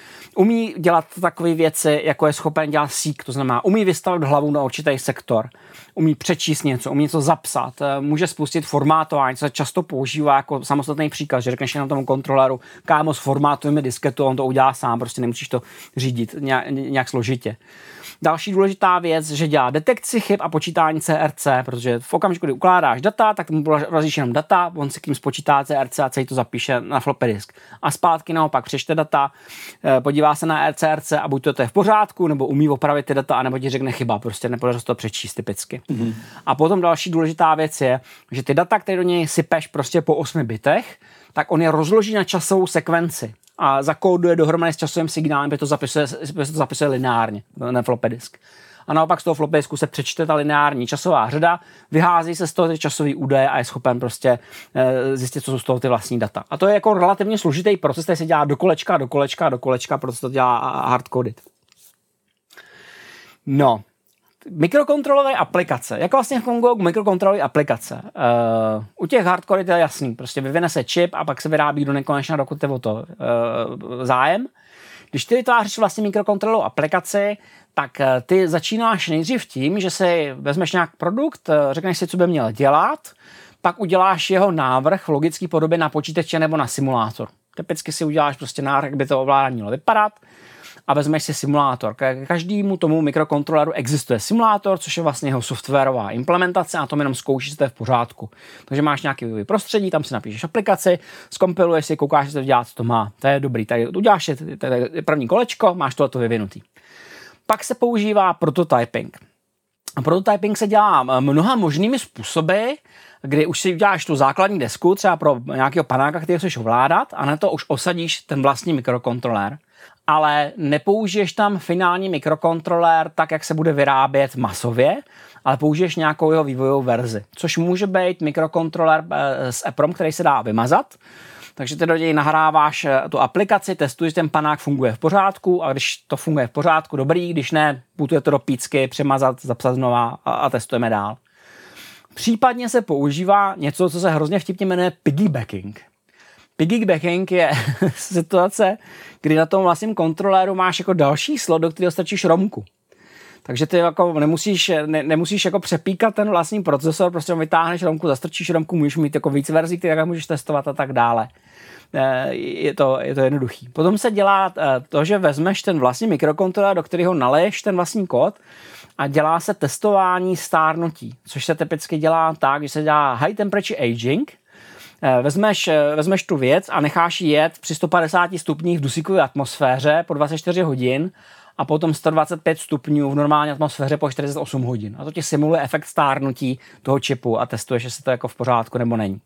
Umí dělat takové věci, jako je schopen dělat seek, to znamená, umí vystavit hlavu na určitý sektor, umí přečíst něco, umí něco zapsat, může spustit formátování, co se často používá jako samostatný příkaz, že řekneš jenom tomu kontroleru, kámo, sformátujeme disketu, on to udělá sám, prostě nemusíš to řídit nějak složitě. Další důležitá věc, že dělá detekci chyb a počítání CRC, protože v okamžiku, kdy ukládáš data, tak mu vrazíš jenom data, on si kým spočítá CRC a celý to zapíše na floppy disk. A zpátky naopak přečte data, podívá se na CRC a buď to je v pořádku, nebo umí opravit ty data, anebo ti řekne chyba, prostě nepodaří to přečíst typicky. Mm-hmm. A potom další důležitá věc je, že ty data, které do něj sypeš prostě po 8 bitech, tak on je rozloží na časovou sekvenci a zakóduje dohromady s časovým signálem, protože to zapisuje lineárně na floppy disk. A naopak z toho floppy disku se přečte ta lineární časová řada, vyhází se z toho ty časový údaje a je schopen prostě zjistit, co jsou z toho ty vlastní data. A to je jako relativně složitý proces, který se dělá do kolečka, protože to dělá hardcoded. No, mikrokontrolové aplikace. Jak vlastně fungují mikrokontrolové aplikace? U těch hardcore je to jasný. Prostě vyvine se čip a pak se vyrábí do nekonečna, dokud je o to zájem. Když ty vytváříš vlastně mikrokontrolovou aplikaci, tak ty začínáš nejdřív tím, že si vezmeš nějak produkt, řekneš si, co by měl dělat, pak uděláš jeho návrh v logické podobě na počítače nebo na simulátor. Typicky si uděláš prostě návrh, jak by to ovládání mělo vypadat, a vezmeš si simulátor. Každému tomu mikrokontroleru existuje simulátor, což je vlastně jeho softwarová implementace a to jenom zkoušíš, že to je v pořádku. Takže máš nějaký vývoj prostředí, tam si napíšeš aplikaci, zkompiluješ si, koukáš, že to dělá, co to má. To je dobrý. Tak uděláš si první kolečko, máš tohleto vyvinutý. Pak se používá prototyping. A prototyping se dělá mnoha možnými způsoby, kdy už si uděláš tu základní desku, třeba pro nějakého panáka, který chceš ovládat, a na to už osadíš ten vlastní mikrokontrolér. Ale nepoužiješ tam finální mikrokontrolér tak, jak se bude vyrábět masově, ale použiješ nějakou jeho vývojovou verzi, což může být mikrokontrolér s EPROM, který se dá vymazat. Takže ty do něj nahráváš tu aplikaci, testuješ, ten panák funguje v pořádku a když to funguje v pořádku, dobrý, když ne, putuje to do pícky, přemazat, zapsat znova a testujeme dál. Případně se používá něco, co se hrozně vtipně jmenuje piggybacking. Piggybacking je situace, kdy na tom vlastním kontroléru máš jako další slot, do kterého strčíš romku. Takže ty jako nemusíš jako přepíkat ten vlastní procesor, prostě vytáhneš romku, zastrčíš romku, můžeš mít jako víc verzí, které můžeš testovat a tak dále. Je to jednoduchý. Potom se dělá to, že vezmeš ten vlastní mikrokontrolér, do kterého naleješ ten vlastní kód a dělá se testování stárnutí, což se typicky dělá tak, že se dělá high temperature aging. Vezmeš tu věc a necháš ji jet při 150 stupních v dusíkové atmosféře po 24 hodin a potom 125 stupňů v normální atmosféře po 48 hodin. A to ti simuluje efekt stárnutí toho čipu a testuješ, jestli to jako v pořádku nebo není.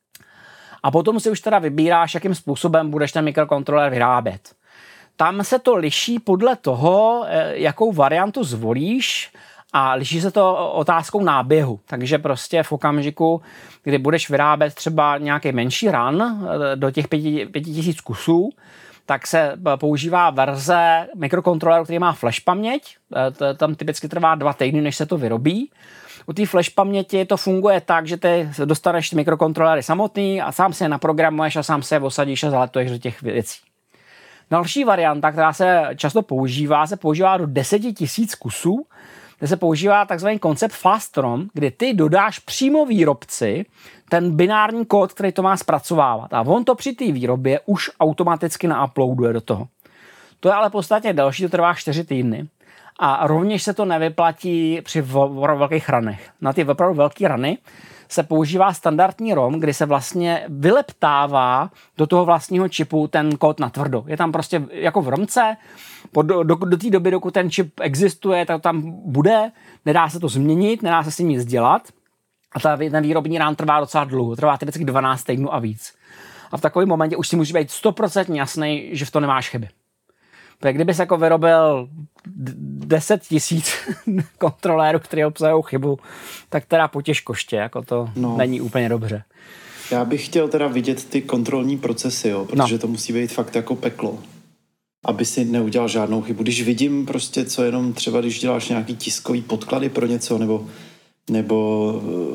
A potom si už teda vybíráš, jakým způsobem budeš ten mikrokontrolér vyrábět. Tam se to liší podle toho, jakou variantu zvolíš, a liší se to otázkou náběhu. Takže prostě v okamžiku, kdy budeš vyrábět třeba nějaký menší run do těch 5000 kusů, tak se používá verze mikrokontroleru, který má flash paměť. Tam typicky trvá 2 týdny, než se to vyrobí. U té flash paměti to funguje tak, že ty dostaneš mikrokontrolery samotný a sám se je naprogramuješ a sám se je osadíš a zaletuješ do těch věcí. Další varianta, která se často používá, do 10 000 kusů, kde se používá takzvaný koncept fast ROM, kdy ty dodáš přímo výrobci ten binární kód, který to má zpracovávat. A on to při té výrobě už automaticky nauploaduje do toho. To je ale podstatně delší, to trvá 4 týdny. A rovněž se to nevyplatí při velkých ranech. Na ty opravdu velké rany se používá standardní ROM, kdy se vlastně vyleptává do toho vlastního čipu ten kód natvrdo. Je tam prostě jako v ROMce, do té doby, dokud ten čip existuje, tak to tam bude, nedá se to změnit, nedá se s tím nic dělat. A ten výrobní rán trvá docela dlouho, trvá typicky 12 týdnů a víc. A v takovém momentě už si musí být 100% jasný, že v to nemáš chyby. Protože kdybys jako vyrobil 10 000 kontrolérů, které obsahují chybu, tak teda potěžkoště, jako to není úplně dobře. Já bych chtěl teda vidět ty kontrolní procesy, jo, protože to musí být fakt jako peklo. Aby si neudělal žádnou chybu. Když vidím prostě, co jenom třeba, když děláš nějaký tiskový podklady pro něco, nebo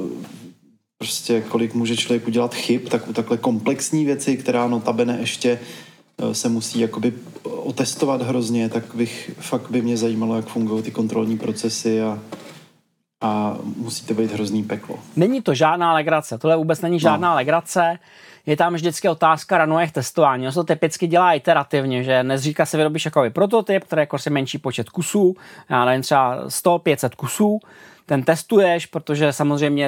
prostě kolik může člověk udělat chyb, tak u takhle komplexní věci, která notabene ještě se musí jakoby otestovat hrozně, tak fakt by mě zajímalo, jak fungují ty kontrolní procesy a musí to být hrozný peklo. Není to žádná legrace, tohle vůbec není žádná legrace. Je tam vždycky otázka ranových testování. On se to typicky dělá iterativně, že nezřídka se vyrobíš jako prototyp, který jako si menší počet kusů, já nevím, třeba 100-500 kusů, ten testuješ, protože samozřejmě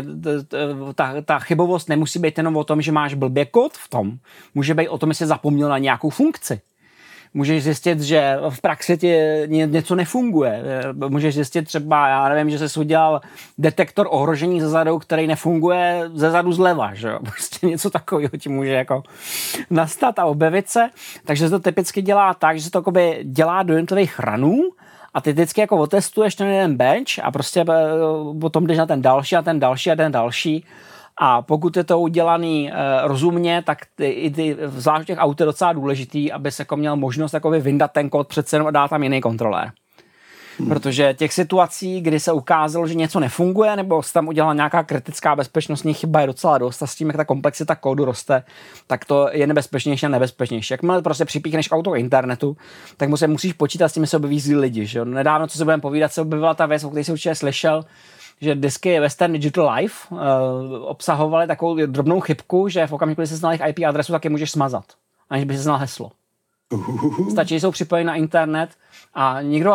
ta chybovost nemusí být jenom o tom, že máš blbě kód v tom. Může být o tom, že jsi zapomněl na nějakou funkci. Můžeš zjistit, že v praxi ti něco nefunguje. Můžeš zjistit třeba, já nevím, že jsi udělal detektor ohrožení zezadu, který nefunguje zezadu zleva. Že? Prostě něco takového ti může jako nastat a objevit se. Takže se to typicky dělá tak, že se to dělá do jednotlivých ranů a ty vždycky jako otestuješ ten jeden bench a prostě potom jdeš na ten další a ten další a ten další. A pokud je to udělaný rozumně, tak zvlášť těch aut je docela důležitý, aby se jako měl možnost vyndat ten kód před cenou a dát tam jiný kontrolér. Protože těch situací, kdy se ukázalo, že něco nefunguje, nebo se tam udělala nějaká kritická bezpečnostní chyba, je docela dost a s tím, jak ta komplexita kódu roste, tak to je nebezpečnější a nebezpečnější. Jakmile prostě připíchneš auto k internetu, tak musíš počítat s tím, že se objeví lidi. Že? Nedávno, co se budeme povídat, se objevila ta věc, o které jsi určitě slyšel, že disky Western Digital Life obsahovaly takovou drobnou chybku, že v okamžiku, kdy jsi znal jejich IP adresu, tak je můžeš smazat, aniž by si znal heslo. Stačí, že jsou připojeny na internet a někdo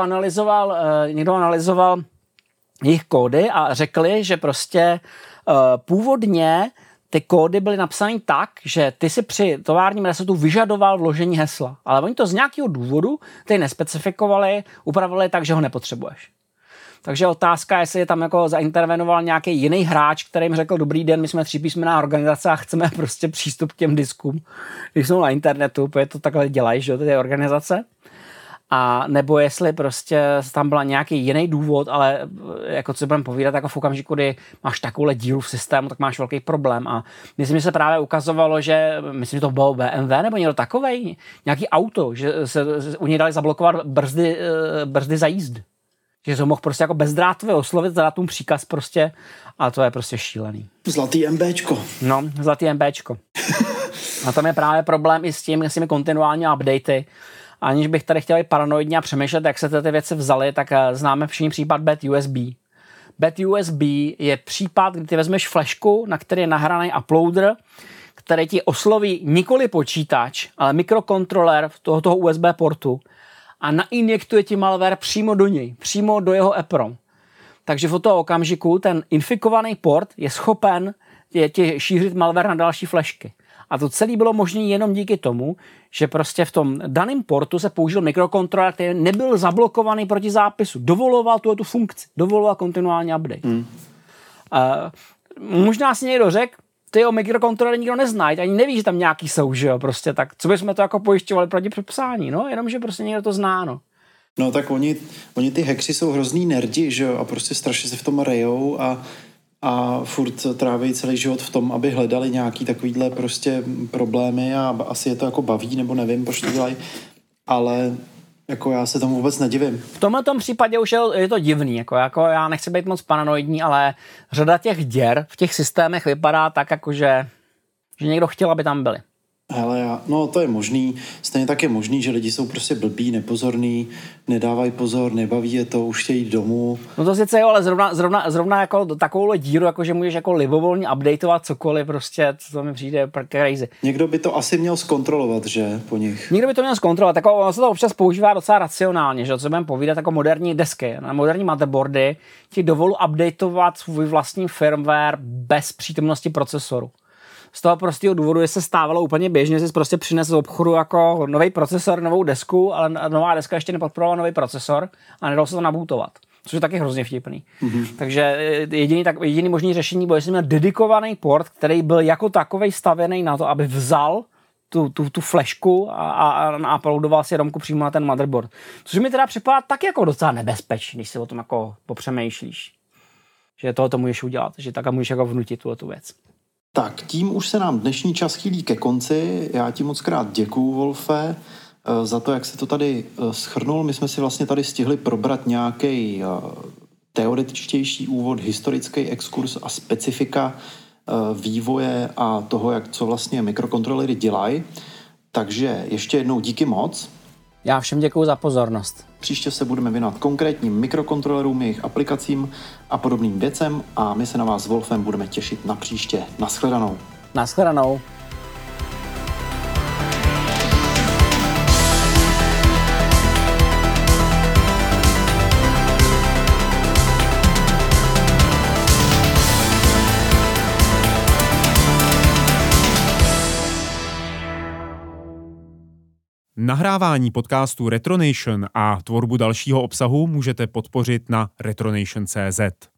analyzoval jejich kódy a řekli, že prostě původně ty kódy byly napsané tak, že ty si při továrním resetu vyžadoval vložení hesla, ale oni to z nějakého důvodu ty nespecifikovali, upravili tak, že ho nepotřebuješ. Takže otázka, jestli je tam jako zaintervenoval nějaký jiný hráč, který jim řekl, dobrý den, my jsme 3písmenná organizace a chceme prostě přístup k těm diskům, když jsou na internetu, protože to takhle dělají, že ty organizace. A nebo jestli prostě tam byla nějaký jiný důvod, ale jako co budeme povídat, jako v okamžiku, kdy máš takovouhle díru v systému, tak máš velký problém. A myslím, že se právě ukazovalo, že myslím, že to bylo BMW nebo někdo takovej, nějaký auto, že se u něj dali zablokovat brzdy za jízdy. Že to mohl prostě jako bezdrátově oslovit, zadat tomu příkaz prostě a to je prostě šílený. Zlatý MBčko. No, zlatý MBčko. A tam je právě problém i s tím, s těmi kontinuální updaty. Aniž bych tady chtěl být paranoidně a přemýšlet, jak se ty věci vzaly, tak známe všichni případ Bad USB. Bad USB je případ, kdy ty vezmeš flešku, na který je nahraný uploader, který ti osloví nikoli počítač, ale mikrokontroler toho USB portu a nainjektuje ti malware přímo do něj, přímo do jeho EPROM. Takže v toho okamžiku ten infikovaný port je schopen ti šířit malware na další flešky. A to celé bylo možné jenom díky tomu, že prostě v tom daném portu se použil mikrokontroler, který nebyl zablokovaný proti zápisu. Dovoloval tu funkci, dovoloval kontinuální update. Možná si někdo řekl, ty o mikrokontrolery nikdo nezná, ani neví, že tam nějaký jsou, že jo, prostě tak, co bychom to jako pojišťovali proti přepsání, no, jenomže prostě někdo to zná, no. No tak oni ty hackři jsou hrozný nerdi, že jo, a prostě strašně se v tom rejou a furt tráví celý život v tom, aby hledali nějaký takovýhle prostě problémy a asi je to jako baví, nebo nevím, proč to dělají, ale jako já se tomu vůbec nedivím. V tomhle případě už je to divný, jako já nechci být moc paranoidní, ale řada těch děr v těch systémech vypadá tak, jako že někdo chtěl, aby tam byly. Hele, no to je možný. Stejně tak je možný, že lidi jsou prostě blbí, nepozorní, nedávají pozor, nebaví je to, už chtějí domů. No to sice jo, ale zrovna jako takovou díru, jako že můžeš jako libovolně updateovat cokoliv, prostě to mi přijde crazy. Někdo by to asi měl zkontrolovat, že, po nich. Někdo by to měl zkontrolovat, jako ono se to občas používá docela racionálně, že co budeme povídat, jako moderní desky, na moderní motherboardy ti dovolí updateovat svůj vlastní firmware bez přítomnosti procesoru. Z toho prostého důvodu, že se stávalo úplně běžně, že jsi prostě přinesl z obchodu jako nový procesor, novou desku, ale nová deska ještě nepodporovala nový procesor a nedalo se to nabootovat. Což je taky hrozně vtipný. Mm-hmm. Takže jediný možný řešení bylo, že jsi měl dedikovaný port, který byl jako takovej stavěný na to, aby vzal tu flashku a uploadoval si romku přímo na ten motherboard. Což mi teda připadá tak jako docela nebezpečný, když si o tom jako popřemýšlíš. Že tohle to můžeš udělat, že tak můžeš jako vnutit tu věc. Tak, tím už se nám dnešní čas chýlí ke konci. Já ti moc krát děkuju, Wolfe, za to, jak se to tady shrnul. My jsme si vlastně tady stihli probrat nějaký teoretičtější úvod, historický exkurs a specifika vývoje a toho, co vlastně mikrokontrolery dělají. Takže ještě jednou díky moc. Já všem děkuju za pozornost. Příště se budeme věnovat konkrétním mikrokontrolerům, jejich aplikacím a podobným věcem a my se na vás s Wolfem budeme těšit na příště. Naschledanou. Naschledanou. Nahrávání podcastu Retronation a tvorbu dalšího obsahu můžete podpořit na retronation.cz.